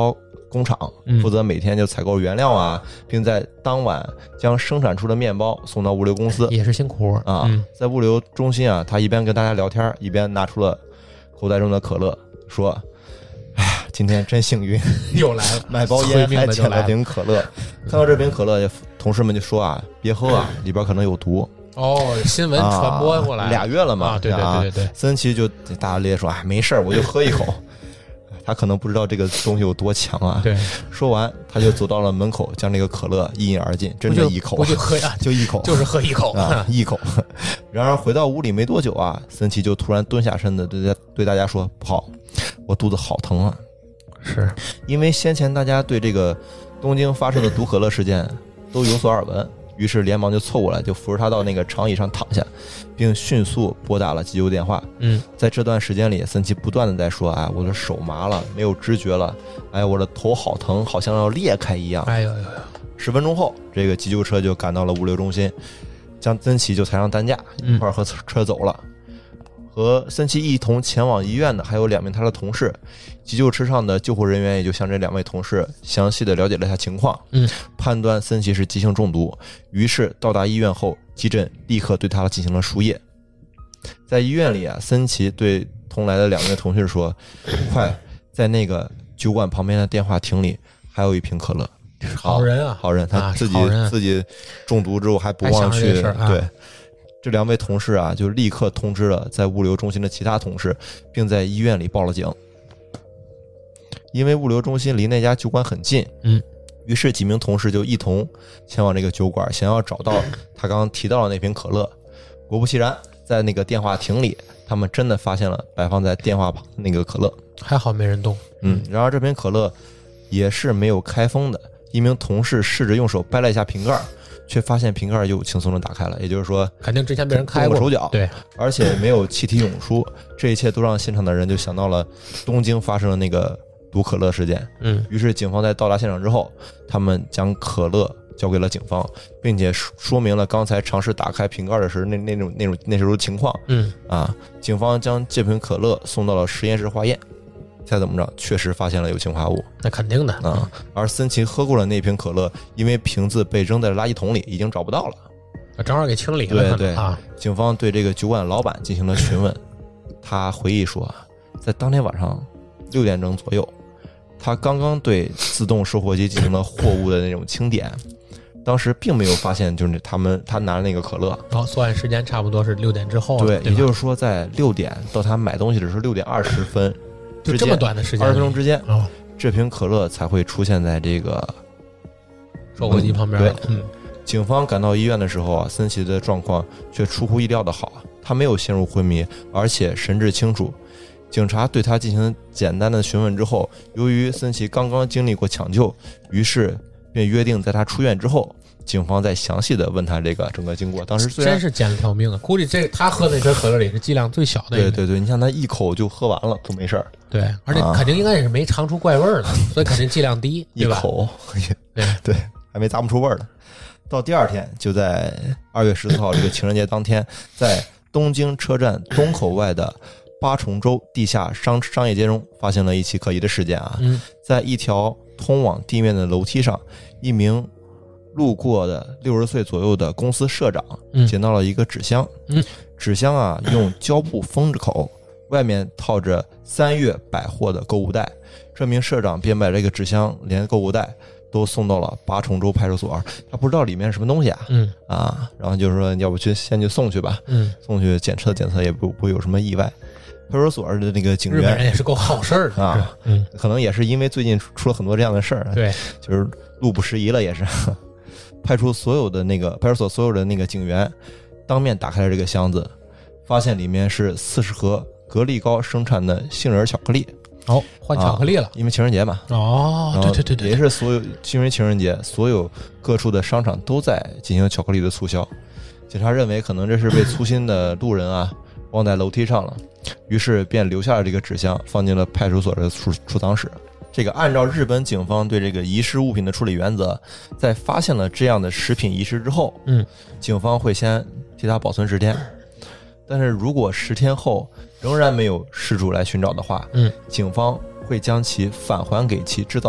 工厂，负责每天就采购原料啊，并在当晚将生产出的面包送到物流公司， 也是辛苦啊。在物流中心啊，他一边跟大家聊天，一边拿出了口袋中的可乐，说：“哎呀，今天真幸运， 又来了， 买包烟还捡了瓶可乐。”看到这瓶可乐，同事们就说啊：“别喝啊，里边可能有毒。” 新闻传播过来 2月了嘛， 对， 森奇就大咧咧说：“啊，没事儿，我就喝一口。”他可能不知道这个东西有多强啊。 对， 说完他就走到了门口，将这个可乐一饮而尽，真的一口， 不就喝呀， 就一口， 就是喝一口啊，一口。然而回到屋里没多久啊，森奇就突然蹲下身子对大家说：“不好，我肚子好疼啊！” 是因为先前大家对这个东京发生的毒可乐事件都有所耳闻，于是连忙就凑过来，就扶着他到那个长椅上躺下，并迅速拨打了急救电话。在这段时间里，森奇不断的在说：“哎，我的手麻了，没有知觉了，哎，我的头好疼，好像要裂开一样。” 哎呦 ！10分钟后，这个急救车就赶到了物流中心，将森奇就抬上担架，一块和车走了。和森奇一同前往医院的还有2名他的同事，急救车上的救护人员也就向这2位同事详细的了解了一下情况，判断森奇是急性中毒，于是到达医院后，急诊立刻对他进行了输液。在医院里啊，森奇对同来的2名同事说：“快，在那个酒馆旁边的电话亭里还有一瓶可乐。” 好人啊， 好人，他自己中毒之后还不忘去对。这2位同事啊，就立刻通知了在物流中心的其他同事，并在医院里报了警。因为物流中心离那家酒馆很近，于是几名同事就一同前往这个酒馆，想要找到他刚刚提到的那瓶可乐。果不其然，在那个电话亭里，他们真的发现了摆放在电话旁的那个可乐， 还好没人动。 然而这瓶可乐也是没有开封的。一名同事试着用手掰了一下瓶盖，却发现瓶盖又轻松的打开了，也就是说肯定之前被人开过手脚， 对， 而且没有气体涌出，这一切都让现场的人就想到了东京发生的那个毒可乐事件。于是警方在到达现场之后，他们将可乐交给了警方，并且说明了刚才尝试打开瓶盖的时候那时候情况。警方将这瓶可乐送到了实验室化验。猜怎么着？确实发现了有氰化物， 那肯定的而森奇喝过了那瓶可乐，因为瓶子被扔在垃圾桶里，已经找不到了， 正好给清理了。 对警方对这个酒馆老板进行了询问，他回忆说，在当天晚上6点钟左右，他刚刚对自动售货机进行了货物的那种清点，当时并没有发现就是他拿的那个可乐。 作案时间差不多是6点之后。 对，也就是说在6点到他买东西的时候6点20分。 就这么短的时间，20 分钟之间，这瓶可乐才会出现在这个售货机旁边。 警方赶到医院的时候啊，森奇的状况却出乎意料的好，他没有陷入昏迷，而且神志清楚。警察对他进行简单的询问之后，由于森奇刚刚经历过抢救，于是便约定在他出院之后，警方再详细的问他这个整个经过。当时虽然真是捡了条命啊！估计他喝那瓶可乐里是剂量最小的。 对，你像他一口就喝完了都没事儿。 对，而且肯定应该也是没尝出怪味儿来，所以肯定剂量低， 一口对，还没咂不出味儿来。到第2天，就在2月14号这个情人节当天，在东京车站东口外的八重洲地下商业街中发现了一起可疑的事件啊！在一条通往地面的楼梯上，一名路过的60岁左右的公司社长捡到了一个纸箱，纸箱啊用胶布封着口，外面套着3月百货的购物袋。这名社长便把这个纸箱连购物袋都送到了八重洲派出所，他不知道里面是什么东西然后就是说要不先去送去吧，送去检测也不会有什么意外。派出所的那个警员， 日本人也是够好事的啊，可能也是因为最近出了很多这样的事儿， 对， 就是路不拾遗了也是。派出所所有的那个警员当面打开了这个箱子，发现里面是40盒格力高生产的杏仁巧克力。 换巧克力了， 因为情人节嘛。对，也是因为情人节，所有各处的商场都在进行巧克力的促销。警察认为可能这是被粗心的路人啊忘在楼梯上了，于是便留下了这个纸箱，放进了派出所的储藏室。这个按照日本警方对这个遗失物品的处理原则，在发现了这样的食品遗失之后，警方会先替它保存10天。但是如果10天后仍然没有失主来寻找的话，警方会将其返还给其制造商。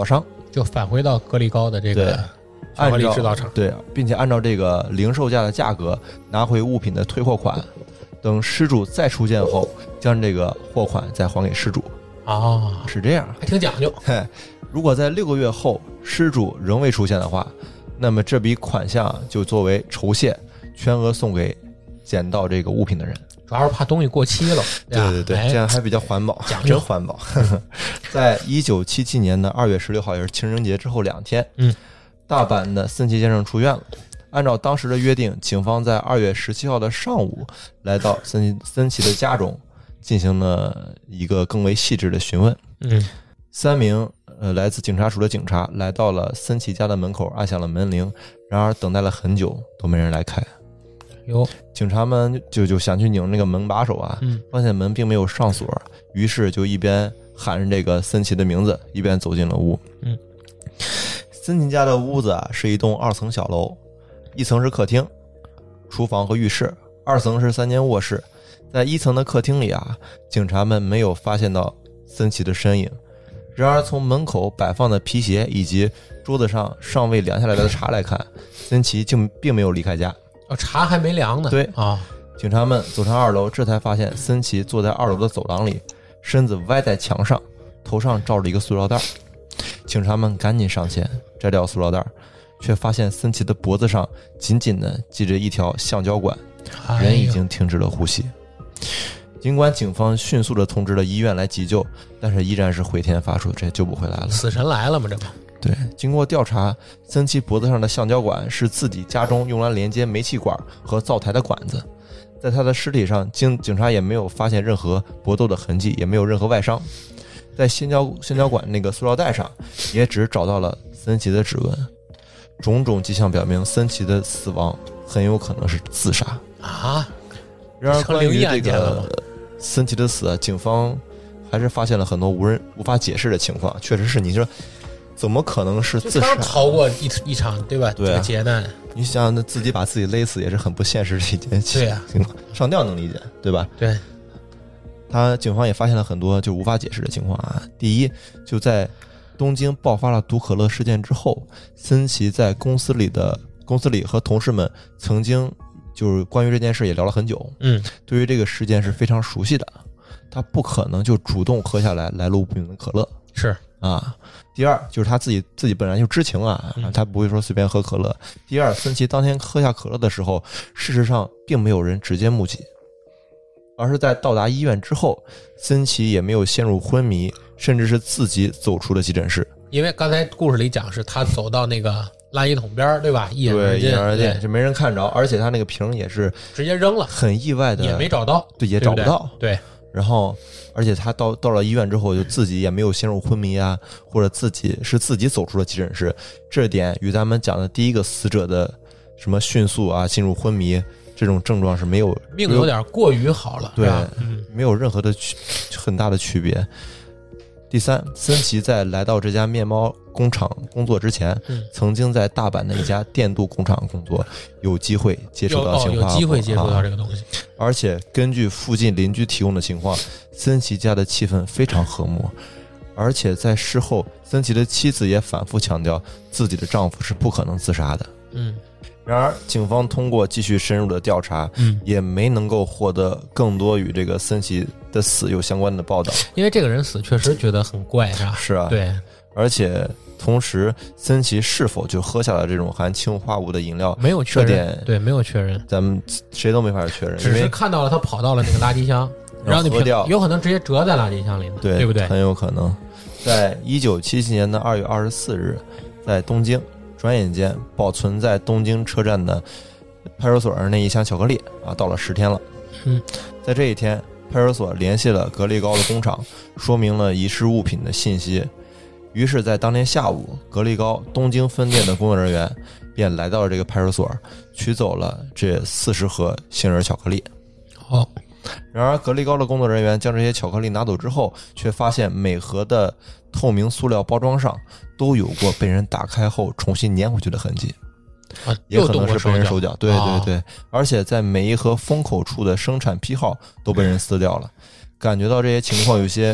就返回到格力高的这个巧克力制造厂， 对，并且按照这个零售价的价格拿回物品的退货款，等失主再出现后，将这个货款再还给失主。是这样， 还挺讲究。 如果在6个月后失主仍未出现的话，那么这笔款项就作为酬谢，全额送给捡到这个物品的人。 主要是怕东西过期了。 对，这样还比较环保，真环保。在1977年的2月16号，也是情人节之后2天，大阪的森崎先生出院了。按照当时的约定，警方在2月17号的上午来到森崎的家中，进行了一个更为细致的询问。3名来自警察署的警察来到了森崎家的门口，按响了门铃，然而等待了很久都没人来开。警察们就想去拧那个门把手啊，发现门并没有上锁，于是就一边喊着这个森崎的名字，一边走进了屋。森崎家的屋子啊是一栋2层小楼，1层是客厅、厨房和浴室，2层是3间卧室。在1层的客厅里啊，警察们没有发现到森崎的身影。然而从门口摆放的皮鞋以及桌子上尚未凉下来的茶来看，森崎就并没有离开家。 茶还没凉呢。 对警察们走上2楼，这才发现森崎坐在2楼的走廊里，身子歪在墙上，头上罩着一个塑料袋。警察们赶紧上前摘掉塑料袋，却发现森崎的脖子上紧紧地系着一条橡胶管，人已经停止了呼吸。尽管警方迅速地通知了医院来急救，但是依然是回天乏术，这救不回来了。 死神来了吗？这不对，经过调查，森崎脖子上的橡胶管是自己家中用来连接煤气管和灶台的管子。在他的尸体上，警察也没有发现任何搏斗的痕迹，也没有任何外伤。在橡胶管那个塑料袋上，也只找到了森崎的指纹。种种迹象表明，森崎的死亡很有可能是自杀啊！ 然而，关于这个森崎的死，警方还是发现了很多无法解释的情况。确实是，你说怎么可能是自杀？ 刚逃过一场，对吧？ 对、 这个劫难。 你想，那自己把自己勒死也是很不现实的一件情况。 对上吊能理解，对吧？ 对。 警方也发现了很多就无法解释的情况啊。第一，就在东京爆发了毒可乐事件之后，森崎在公司里和同事们曾经就是关于这件事也聊了很久。对于这个事件是非常熟悉的，他不可能就主动喝下来路不明的可乐。 是啊。第二，就是他自己本来就知情啊，他不会说随便喝可乐。第二，森崎当天喝下可乐的时候，事实上并没有人直接目击，而是在到达医院之后，森崎也没有陷入昏迷，甚至是自己走出了急诊室。 因为刚才故事里讲是他走到那个垃圾桶边，对吧？一饮而尽， 就没人看着，而且他那个瓶也是直接扔了， 很意外的， 也没找到， 对，也找不到， 对。 然后，而且他到了医院之后，就自己也没有陷入昏迷啊，或者自己走出了急诊室。这点与咱们讲的第一个死者的什么迅速啊进入昏迷这种症状是没有， 命有点过于好了， 对，没有任何的很大的区别。第三，森崎在来到这家面包工厂工作之前，曾经在大阪的一家电镀工厂工作，有机会接触到氰化物， 有机会接触到这个东西。 而且根据附近邻居提供的情况，森崎家的气氛非常和睦。而且在事后，森崎的妻子也反复强调自己的丈夫是不可能自杀的。然而警方通过继续深入的调查，也没能够获得更多与这个森崎的死有相关的报道。 因为这个人死确实觉得很怪，是吧？ 是啊， 对。 而且同时，森崎是否就喝下了这种含氰化物的饮料， 没有确认，对，没有确认， 咱们谁都没法确认， 只是看到了他跑到了那个垃圾箱，然后喝掉， 有可能直接折在垃圾箱里，对不对？ 很有可能。在1977年的2月24日，在东京。转眼间，保存在东京车站的派出所那一箱巧克力啊，到了10天了。在这一天，派出所联系了格力高的工厂，说明了遗失物品的信息。于是，在当天下午，格力高东京分店的工作人员便来到了这个派出所，取走了这40盒杏仁巧克力。然而，格力高的工作人员将这些巧克力拿走之后，却发现每盒的透明塑料包装上都有过被人打开后重新粘回去的痕迹，也可能是被人手脚。对对对，而且在每一盒封口处的生产批号都被人撕掉了。感觉到这些情况有些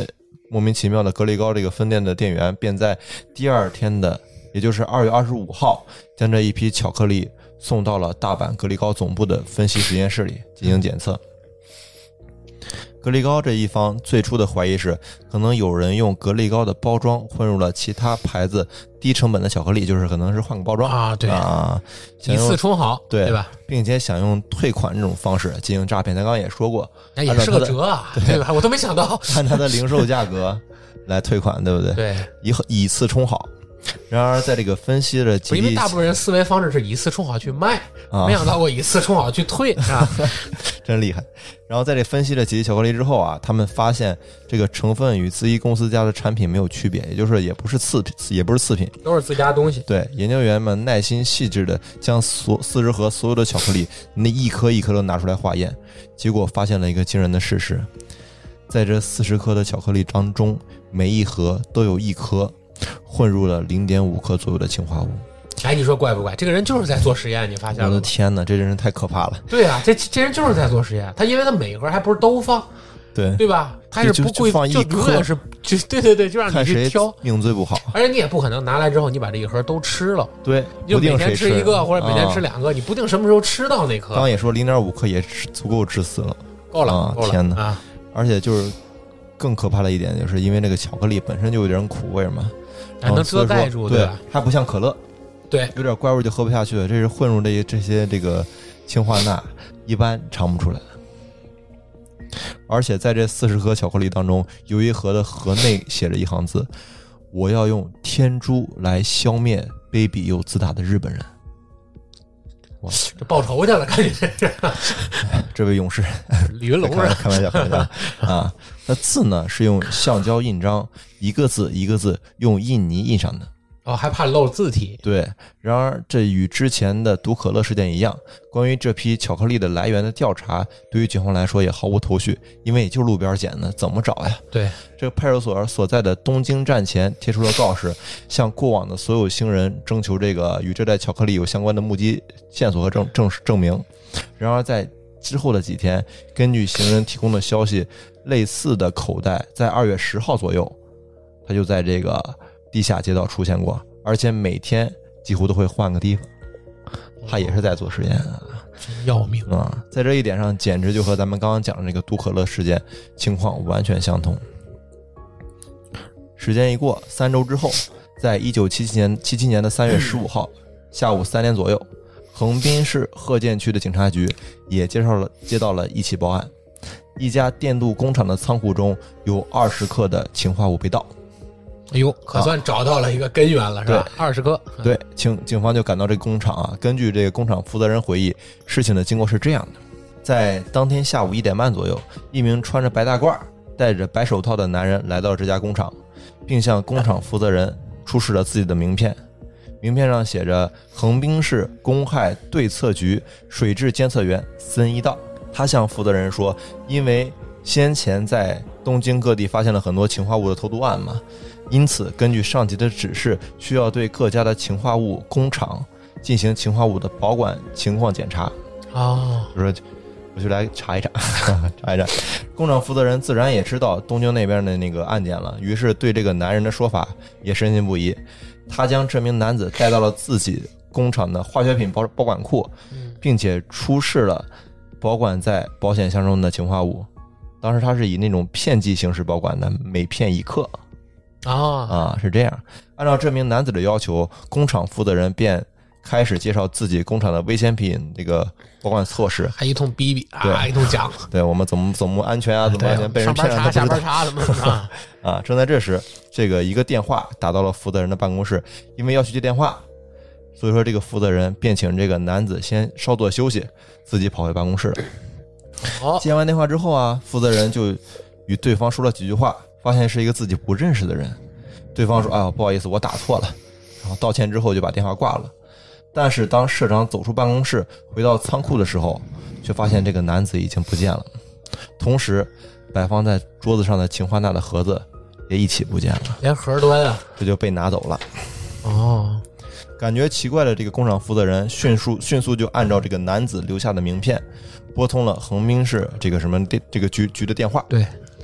莫名其妙的格力高这个分店的店员便在第二天的，也就是2月25号，将这一批巧克力送到了大阪格力高总部的分析实验室里进行检测。格力高这一方最初的怀疑是，可能有人用格力高的包装混入了其他牌子低成本的巧克力，就是可能是换个包装啊，对啊， 以次充好， 对吧？ 并且想用退款这种方式进行诈骗。咱刚刚也说过， 那也是个辙啊，对吧？我都没想到按他的零售价格来退款，对不对？ 对， 以次充好。然而在这个分析的因为大部分人思维方式是以次充好去卖，没想到过以次充好去退啊， 真厉害。然后在这分析了几粒巧克力之后啊，他们发现这个成分与自一公司家的产品没有区别，也就是也不是次品， 都是自家东西。 对，研究员们耐心细致的将40盒所有的巧克力那一颗一颗都拿出来化验，结果发现了一个惊人的事实，在这40颗的巧克力当中，每一盒都有一颗混入了0.5克左右的氰化物。 哎，你说怪不怪？这个人就是在做实验，你发现了？ 我的天哪，这人太可怕了。 对啊，这人就是在做实验。他因为他每盒还不是都放，对吧？他是不会放一颗， 就永远是对，就让你去挑， 命最不好。 而且你也不可能拿来之后你把这一盒都吃了， 对， 你就每天吃一个或者每天吃2个，你不定什么时候吃到那颗。 刚也说0.5克也足够致死了， 够了， 天哪啊！ 而且就是更可怕的一点，就是因为这个巧克力本身就有点苦味嘛。 能遮盖住， 对吧？它不像可乐， 对， 有点怪味就喝不下去了。这是混入这些这个氰化钠，一般尝不出来。而且在这40盒巧克力当中，有一盒的盒内写着一行字：“我要用天珠来消灭卑鄙又自大的日本人。” 哇，这报仇去了，感觉是。 这位勇士， 李云龙是开玩笑啊！那字呢是用橡胶印章，一个字一个字用印泥印上的。 哦，还怕漏字体。 对，然而这与之前的毒可乐事件一样，关于这批巧克力的来源的调查，对于警方来说也毫无头绪，因为也就路边捡的，怎么找呀？ 对， 这个派出所所在的东京站前贴出了告示，向过往的所有行人征求这个与这袋巧克力有相关的目击线索和证明。然而在之后的几天，根据行人提供的消息，类似的口袋在2月10号左右，它就在这个地下街道出现过，而且每天几乎都会换个地方。他也是在做实验啊， 真要命啊！在这一点上，简直就和咱们刚刚讲的那个毒可乐事件情况完全相同。时间一过，3周之后，在1977年的3月15号下午3点左右，横滨市鹤见区的警察局也接到了一起报案，一家电镀工厂的仓库中有20克的氰化物被盗。 哎呦，可算找到了一个根源了，是吧？20克。 对，警方就赶到这个工厂啊。根据这个工厂负责人回忆，事情的经过是这样的：在当天下午1点半左右，一名穿着白大褂、戴着白手套的男人来到了这家工厂，并向工厂负责人出示了自己的名片。名片上写着横滨市公害对策局水质监测员森一道。他向负责人说，因为先前在东京各地发现了很多氰化物的投毒案嘛，因此根据上级的指示，需要对各家的氰化物工厂进行氰化物的保管情况检查。就说我就来查一查查一查。工厂负责人自然也知道东京那边的那个案件了，于是对这个男人的说法也深信不疑。他将这名男子带到了自己工厂的化学品保管库，并且出示了保管在保险箱中的氰化物。当时他是以那种片剂形式保管的，每片1克。是这样。按照这名男子的要求，工厂负责人便开始介绍自己工厂的危险品这个保管措施， 还一通逼逼啊，一通讲， 对我们怎么安全啊，怎么安全，被人骗了下班查怎么啊？正在这时，这个一个电话打到了负责人的办公室，因为要去接电话，所以说这个负责人便请这个男子先稍作休息，自己跑回办公室了。接完电话之后啊，负责人就与对方说了几句话，发现是一个自己不认识的人。对方说不好意思，我打错了，然后道歉之后就把电话挂了。但是当社长走出办公室回到仓库的时候，却发现这个男子已经不见了，同时摆放在桌子上的氰化钠的盒子也一起不见了， 连盒端啊， 这就被拿走了。感觉奇怪的这个工厂负责人迅速就按照这个男子留下的名片拨通了横滨市这个什么这个局的电话。 对，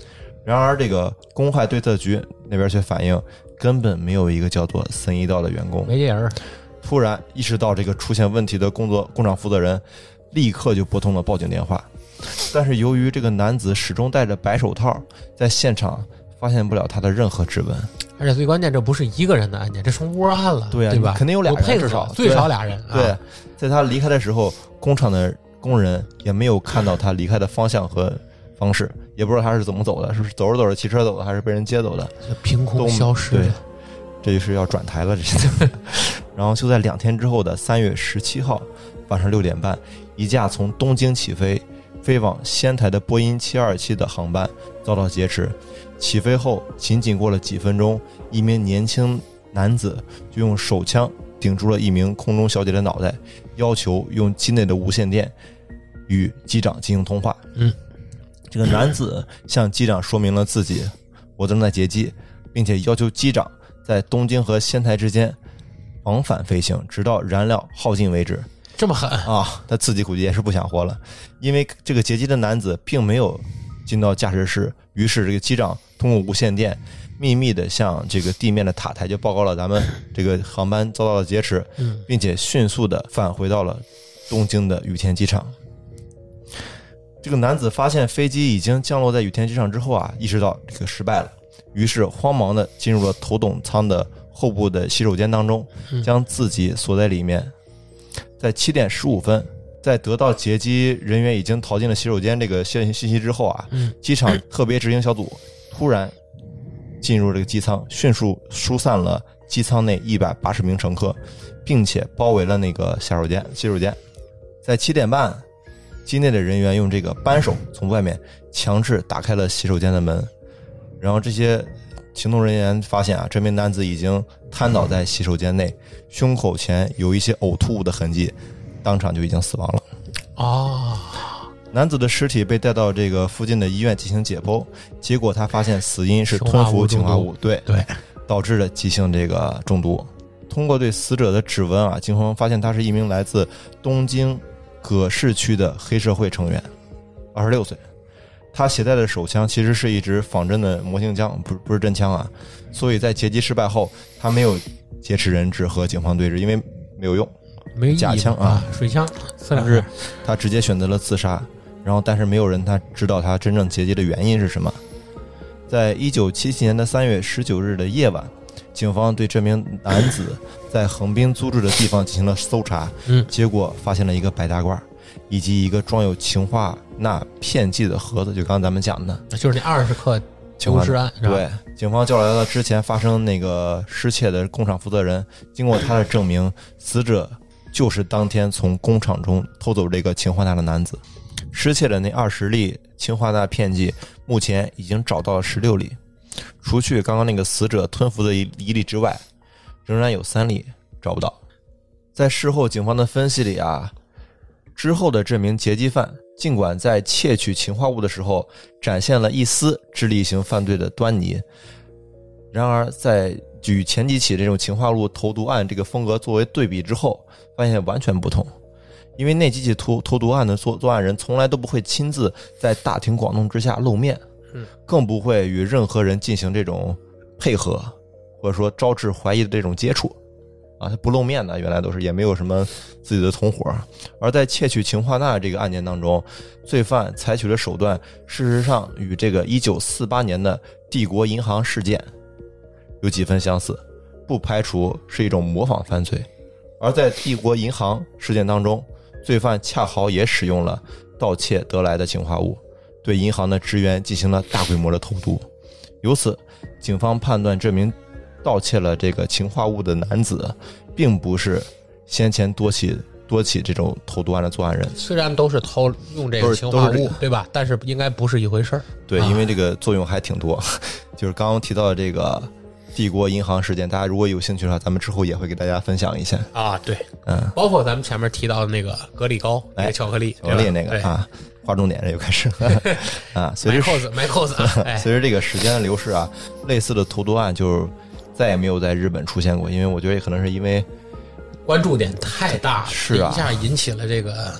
然而这个公害对策局那边却反映根本没有一个叫做森一道的员工， 没这人。 突然意识到这个出现问题的工厂负责人立刻就拨通了报警电话，但是由于这个男子始终戴着白手套，在现场发现不了他的任何指纹， 而且最关键这不是一个人的案件，这成窝案了，对吧？ 肯定有俩人，至少最少俩人。 对，在他离开的时候，工厂的工人也没有看到他离开的方向和方式，也不知道他是怎么走的，是不是走着走着骑车走的，还是被人接走的， 凭空消失了。 对，这就是要转台了，这些。然后就在2天之后的3月17号晚上6点半，一架从东京起飞往仙台的波音727的航班遭到劫持。起飞后仅过了几分钟，一名年轻男子就用手枪顶住了一名空中小姐的脑袋，要求用机内的无线电与机长进行通话。这个男子向机长说明了自己我正在劫机，并且要求机长在东京和仙台之间往返飞行，直到燃料耗尽为止。 这么狠啊！他自己估计也是不想活了，因为这个劫机的男子并没有进到驾驶室，于是这个机长通过无线电秘密的向这个地面的塔台就报告了咱们这个航班遭到了劫持，并且迅速的返回到了东京的羽田机场。这个男子发现飞机已经降落在羽田机场之后啊，意识到这个失败了，于是慌忙的进入了头等舱的后部的洗手间当中，将自己锁在里面。在7点15分，在得到劫机人员已经逃进了洗手间这个信息之后啊，机场特别执行小组突然进入这个机舱，迅速疏散了机舱内180名乘客，并且包围了那个洗手间。在7点半，机内的人员用这个扳手从外面强制打开了洗手间的门，然后这些行动人员发现啊，这名男子已经瘫倒在洗手间内，胸口前有一些呕吐物的痕迹，当场就已经死亡了。男子的尸体被带到这个附近的医院进行解剖，结果他发现死因是吞服氰化物，对，导致了急性这个中毒。通过对死者的指纹啊，警方发现他是一名来自东京葛饰区的黑社会成员，26岁。他携带的手枪其实是一支仿真的模型枪，不是真枪啊，所以在劫机失败后，他没有劫持人质和警方对峙，因为没有用， 没假枪啊， 水枪， 甚至他直接选择了自杀。然后，但是没有人知道他真正劫机的原因是什么。在1977年的3月19日的夜晚，警方对这名男子在横滨租住的地方进行了搜查，结果发现了一个白大褂，以及一个装有氰化钠片剂的盒子，就刚刚咱们讲的， 就是那20克丢失案。 对，警方叫来了之前发生那个失窃的工厂负责人，经过他的证明，死者就是当天从工厂中偷走这个氰化钠的男子。失窃的那20粒氰化钠片剂，目前已经找到了16粒，除去刚刚那个死者吞服的一粒之外，仍然有3粒找不到。在事后警方的分析里啊，之后的这名劫机犯尽管在窃取氰化物的时候展现了一丝智力型犯罪的端倪，然而在与前几起这种氰化物投毒案这个风格作为对比之后，发现完全不同。因为那几起投毒案的作案人从来都不会亲自在大庭广众之下露面，更不会与任何人进行这种配合，或者说招致怀疑的这种接触啊，他不露面的，原来都是也没有什么自己的同伙。而在窃取氰化钠这个案件当中，罪犯采取的手段事实上与这个1948年的帝国银行事件有几分相似，不排除是一种模仿犯罪。而在帝国银行事件当中，罪犯恰好也使用了盗窃得来的氰化物，对银行的职员进行了大规模的投毒。由此，警方判断这名盗窃了这个氰化物的男子，并不是先前多起这种投毒案的作案人。 虽然都是用这个氰化物，对吧？但是应该不是一回事儿。 对，因为这个作用还挺多。就是刚刚提到的这个帝国银行事件，大家如果有兴趣的话，咱们之后也会给大家分享一下啊。对，包括咱们前面提到的那个格力高，那个巧克力那个啊，划重点这就开始啊。随着买 cos， 随着这个时间的流逝啊，类似的投毒案就再也没有在日本出现过，因为我觉得也可能是因为关注点太大了， 是啊， 一下引起了这个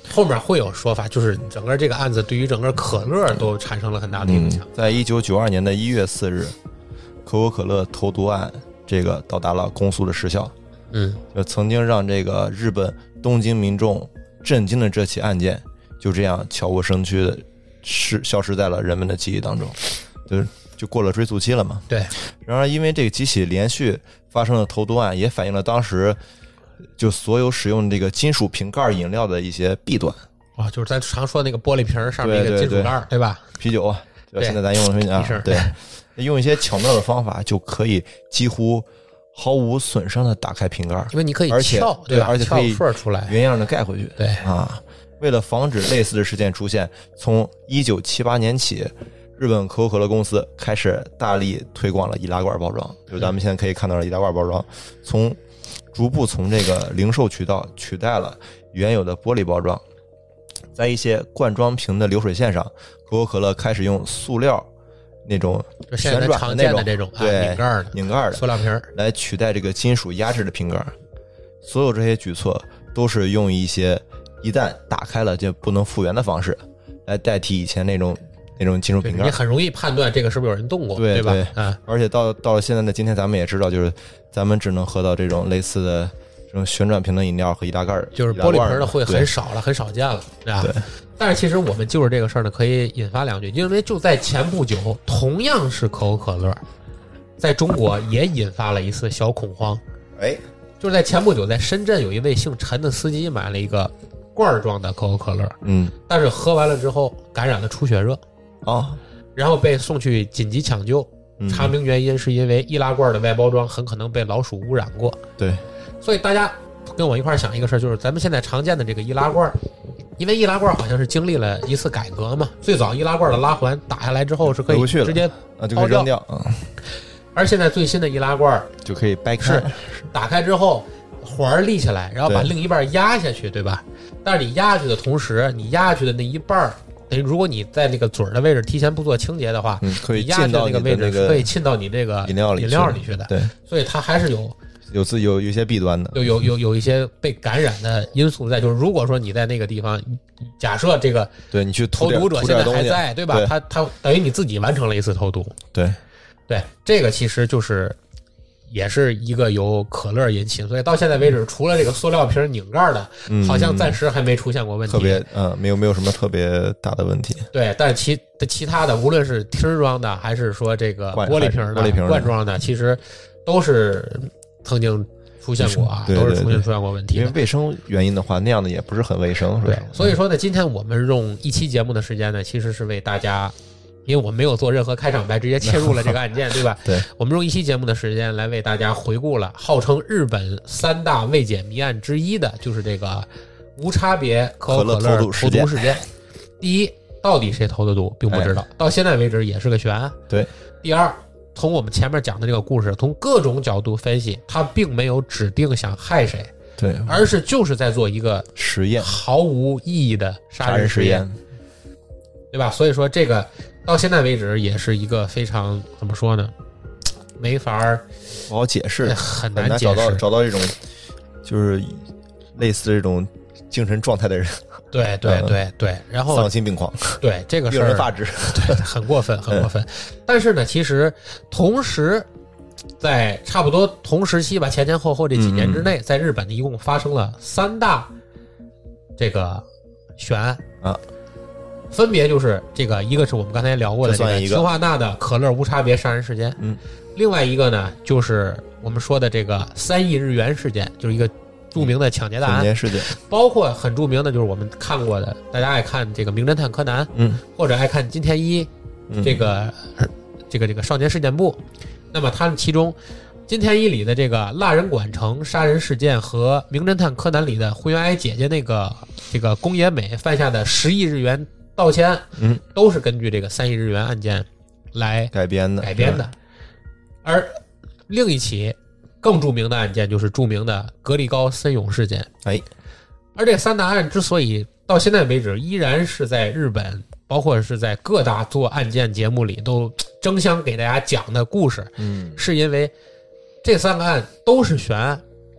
后面会有说法，就是整个这个案子对于整个可乐都产生了很大的影响。 在1992年的1月4日，可口可乐投毒案这个到达了公诉的时效。就曾经让这个日本东京民众震惊的这起案件，就这样悄无声息的消失在了人们的记忆当中，就过了追诉期了嘛。 对。 然而，因为这几起连续发生的投毒案，也反映了当时就所有使用这个金属瓶盖饮料的一些弊端啊，就是咱常说那个玻璃瓶上面一个金属盖， 对吧？ 啤酒啊，现在咱用的啊，对，用一些巧妙的方法就可以几乎毫无损伤的打开瓶盖， 因为你可以撬，对吧？而且可以出来原样的盖回去。 对啊，为了防止类似的事件出现，从1978年起，日本可口可乐公司开始大力推广了易拉罐包装，就是咱们现在可以看到的易拉罐包装，逐步从这个零售渠道取代了原有的玻璃包装。在一些罐装瓶的流水线上，可口可乐开始用塑料那种旋转的这种对拧盖的塑料瓶来取代这个金属压制的瓶盖。所有这些举措都是用一些一旦打开了就不能复原的方式来代替以前那种金属瓶盖。 你很容易判断这个是不是有人动过，对吧？ 而且到了现在的今天，咱们也知道，就是咱们只能喝到这种类似的这种旋转瓶的饮料和易拉罐， 就是玻璃瓶的会很少了，很少见了，对吧？ 对。 但是其实我们就是这个事儿呢，可以引发两句，因为就在前不久，同样是可口可乐，在中国也引发了一次小恐慌。就是在前不久，在深圳有一位姓陈的司机买了一个罐装的可口可乐，但是喝完了之后感染了出血热然后被送去紧急抢救，查明原因是因为易拉罐的外包装很可能被老鼠污染过。 对， 所以大家跟我一块想一个事儿，就是咱们现在常见的这个易拉罐，因为易拉罐好像是经历了一次改革嘛，最早易拉罐的拉环打下来之后是可以直接就可以扔掉， 而现在最新的易拉罐就可以掰开， 是打开之后环立起来，然后把另一半压下去，对吧？但是你压下去的同时，你压下去的那一半等于如果你在那个嘴的位置提前不做清洁的话， 可以压下去的那个位置是可以沁到你这个饮料里去的。 对， 所以它还是有一些弊端的， 有一些被感染的因素在。就是如果说你在那个地方，假设这个对你去投毒者现在还在，对吧？他等于你自己完成了一次投毒。对，这个其实就是也是一个由可乐引起，所以到现在为止，除了这个塑料瓶拧盖的，好像暂时还没出现过问题。 特别没有什么特别大的问题。 对，但是其他的，无论是听装的，还是说这个玻璃瓶的、罐装的，其实都是曾经出现过都是出现过问题。 因为卫生原因的话，那样的也不是很卫生。 对，所以说呢，今天我们用一期节目的时间呢，其实是为大家。因为我们没有做任何开场白，直接切入了这个案件，对吧？ 对， 我们用一期节目的时间来为大家回顾了号称日本3大未解谜案之一的，就是这个无差别可口可乐投毒事件。第一，到底谁投的毒，并不知道，到现在为止也是个悬案。 对。 第二，从我们前面讲的这个故事，从各种角度分析，他并没有指定想害谁， 对， 而是就是在做一个实验， 毫无意义的杀人实验，对吧？所以说这个。到现在为止也是一个非常怎么说呢，没法不好解释， 很难解释找到这种就是类似这种精神状态的人。 对，然后丧心病狂， 对这个事儿令人发指， 对，很过分。但是呢，其实同时在差不多同时期吧，前后这几年之内，在日本一共发生了3大这个悬案分别就是这个，一个是我们刚才聊过的这个氰化钠的可乐无差别杀人事件，另外一个呢就是我们说的这个3亿日元事件，就是一个著名的抢劫大案事件， 包括很著名的就是我们看过的，大家爱看这个名侦探柯南，或者爱看金田一这个少年事件簿，那么他们其中金田一里的这个蜡人馆城杀人事件和名侦探柯南里的灰原哀姐姐这个宫野美犯下的10亿日元道歉，都是根据这个3亿日元案件来改编的。而另一起更著名的案件就是著名的格里高森永事件。而这3大案之所以到现在为止依然是在日本，包括是在各大做案件节目里都争相给大家讲的故事，是因为这3个案都是悬案，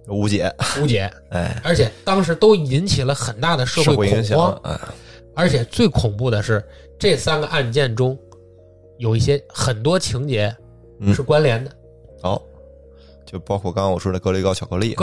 无解，哎， 而且当时都引起了很大的社会恐慌，而且最恐怖的是，这3个案件中有一些很多情节是关联的， 就包括刚刚我说的格力高巧克力，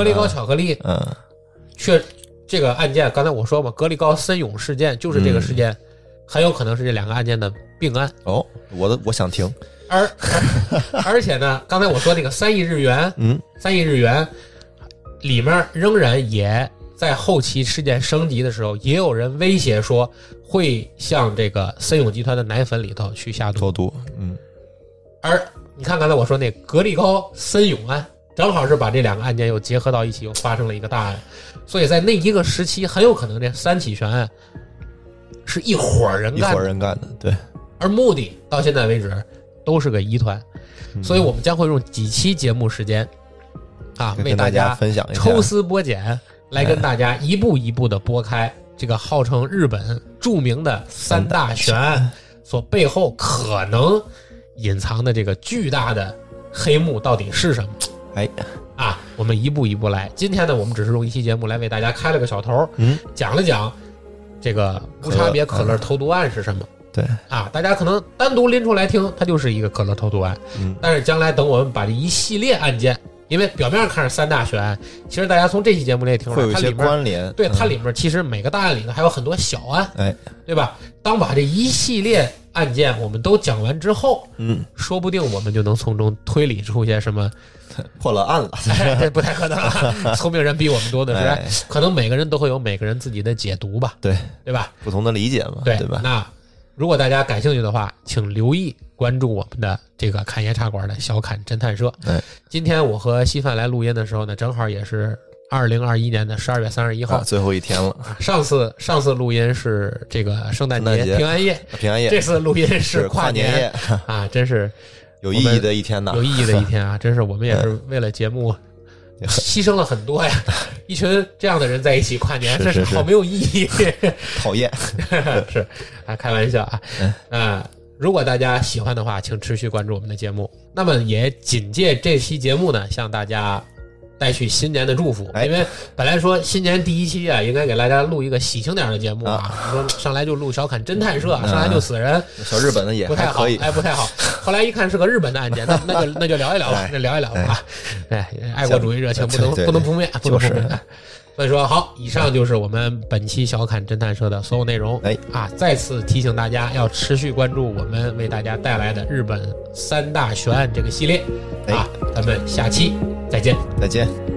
这个案件刚才我说嘛，格力高森永事件就是这个事件，很有可能是这2个案件的并案。 我想听。 而且呢，刚才我说那个3亿日元，3亿日元里面仍然也在后期事件升级的时候，也有人威胁说会向这个森永集团的奶粉里头去下毒。而你看刚才我说那格力高森永案，正好是把这2个案件又结合到一起，又发生了一个大案，所以在那一个时期，很有可能这3起悬案是一伙人干的， 对。 而目的到现在为止都是个疑团，所以我们将会用几期节目时间为大家分享一下， 抽丝剥茧，来跟大家一步一步的拨开这个号称日本著名的3大悬案所背后可能隐藏的这个巨大的黑幕到底是什么。我们一步一步来。今天呢，我们只是用一期节目来为大家开了个小头，讲了讲这个无差别可乐投毒案是什么。 对大家可能单独拎出来听，它就是一个可乐投毒案。但是将来等我们把这一系列案件，因为表面上看是3大悬案，其实大家从这期节目里也听出来， 会有一些关联。 对，它里面其实每个大案里呢还有很多小案，对吧？当把这一系列案件我们都讲完之后，说不定我们就能从中推理出些什么。 破了案了， 这不太可能了。聪明人比我们多的是，可能每个人都会有每个人自己的解读吧，对吧？ 不同的理解嘛，对吧？ 那如果大家感兴趣的话，请留意关注我们的这个侃爷茶馆的小侃侦探社。今天我和稀饭来录音的时候呢，正好也是2021年的12月31号， 最后一天了。 上次录音是这个圣诞节平安夜，这次录音是跨年夜真是。 有意义的一天呐， 有意义的一天啊！真是我们也是为了节目牺牲了很多呀。一群这样的人在一起跨年，真是好没有意义， 讨厌。 是开玩笑如果大家喜欢的话，请持续关注我们的节目。那么也紧借这期节目呢，向大家带去新年的祝福。因为本来说新年第1期应该给大家录一个喜庆点的节目说上来就录小侃侦探社，上来就死人， 小日本的也不太好，不太好。后来一看是个日本的案件，那就聊一聊吧，聊一聊吧。爱国主义热情不能扑灭，不能扑灭。所以说好，以上就是我们本期小侃侦探社的所有内容。再次提醒大家要持续关注我们为大家带来的日本3大悬案这个系列咱们下期再见。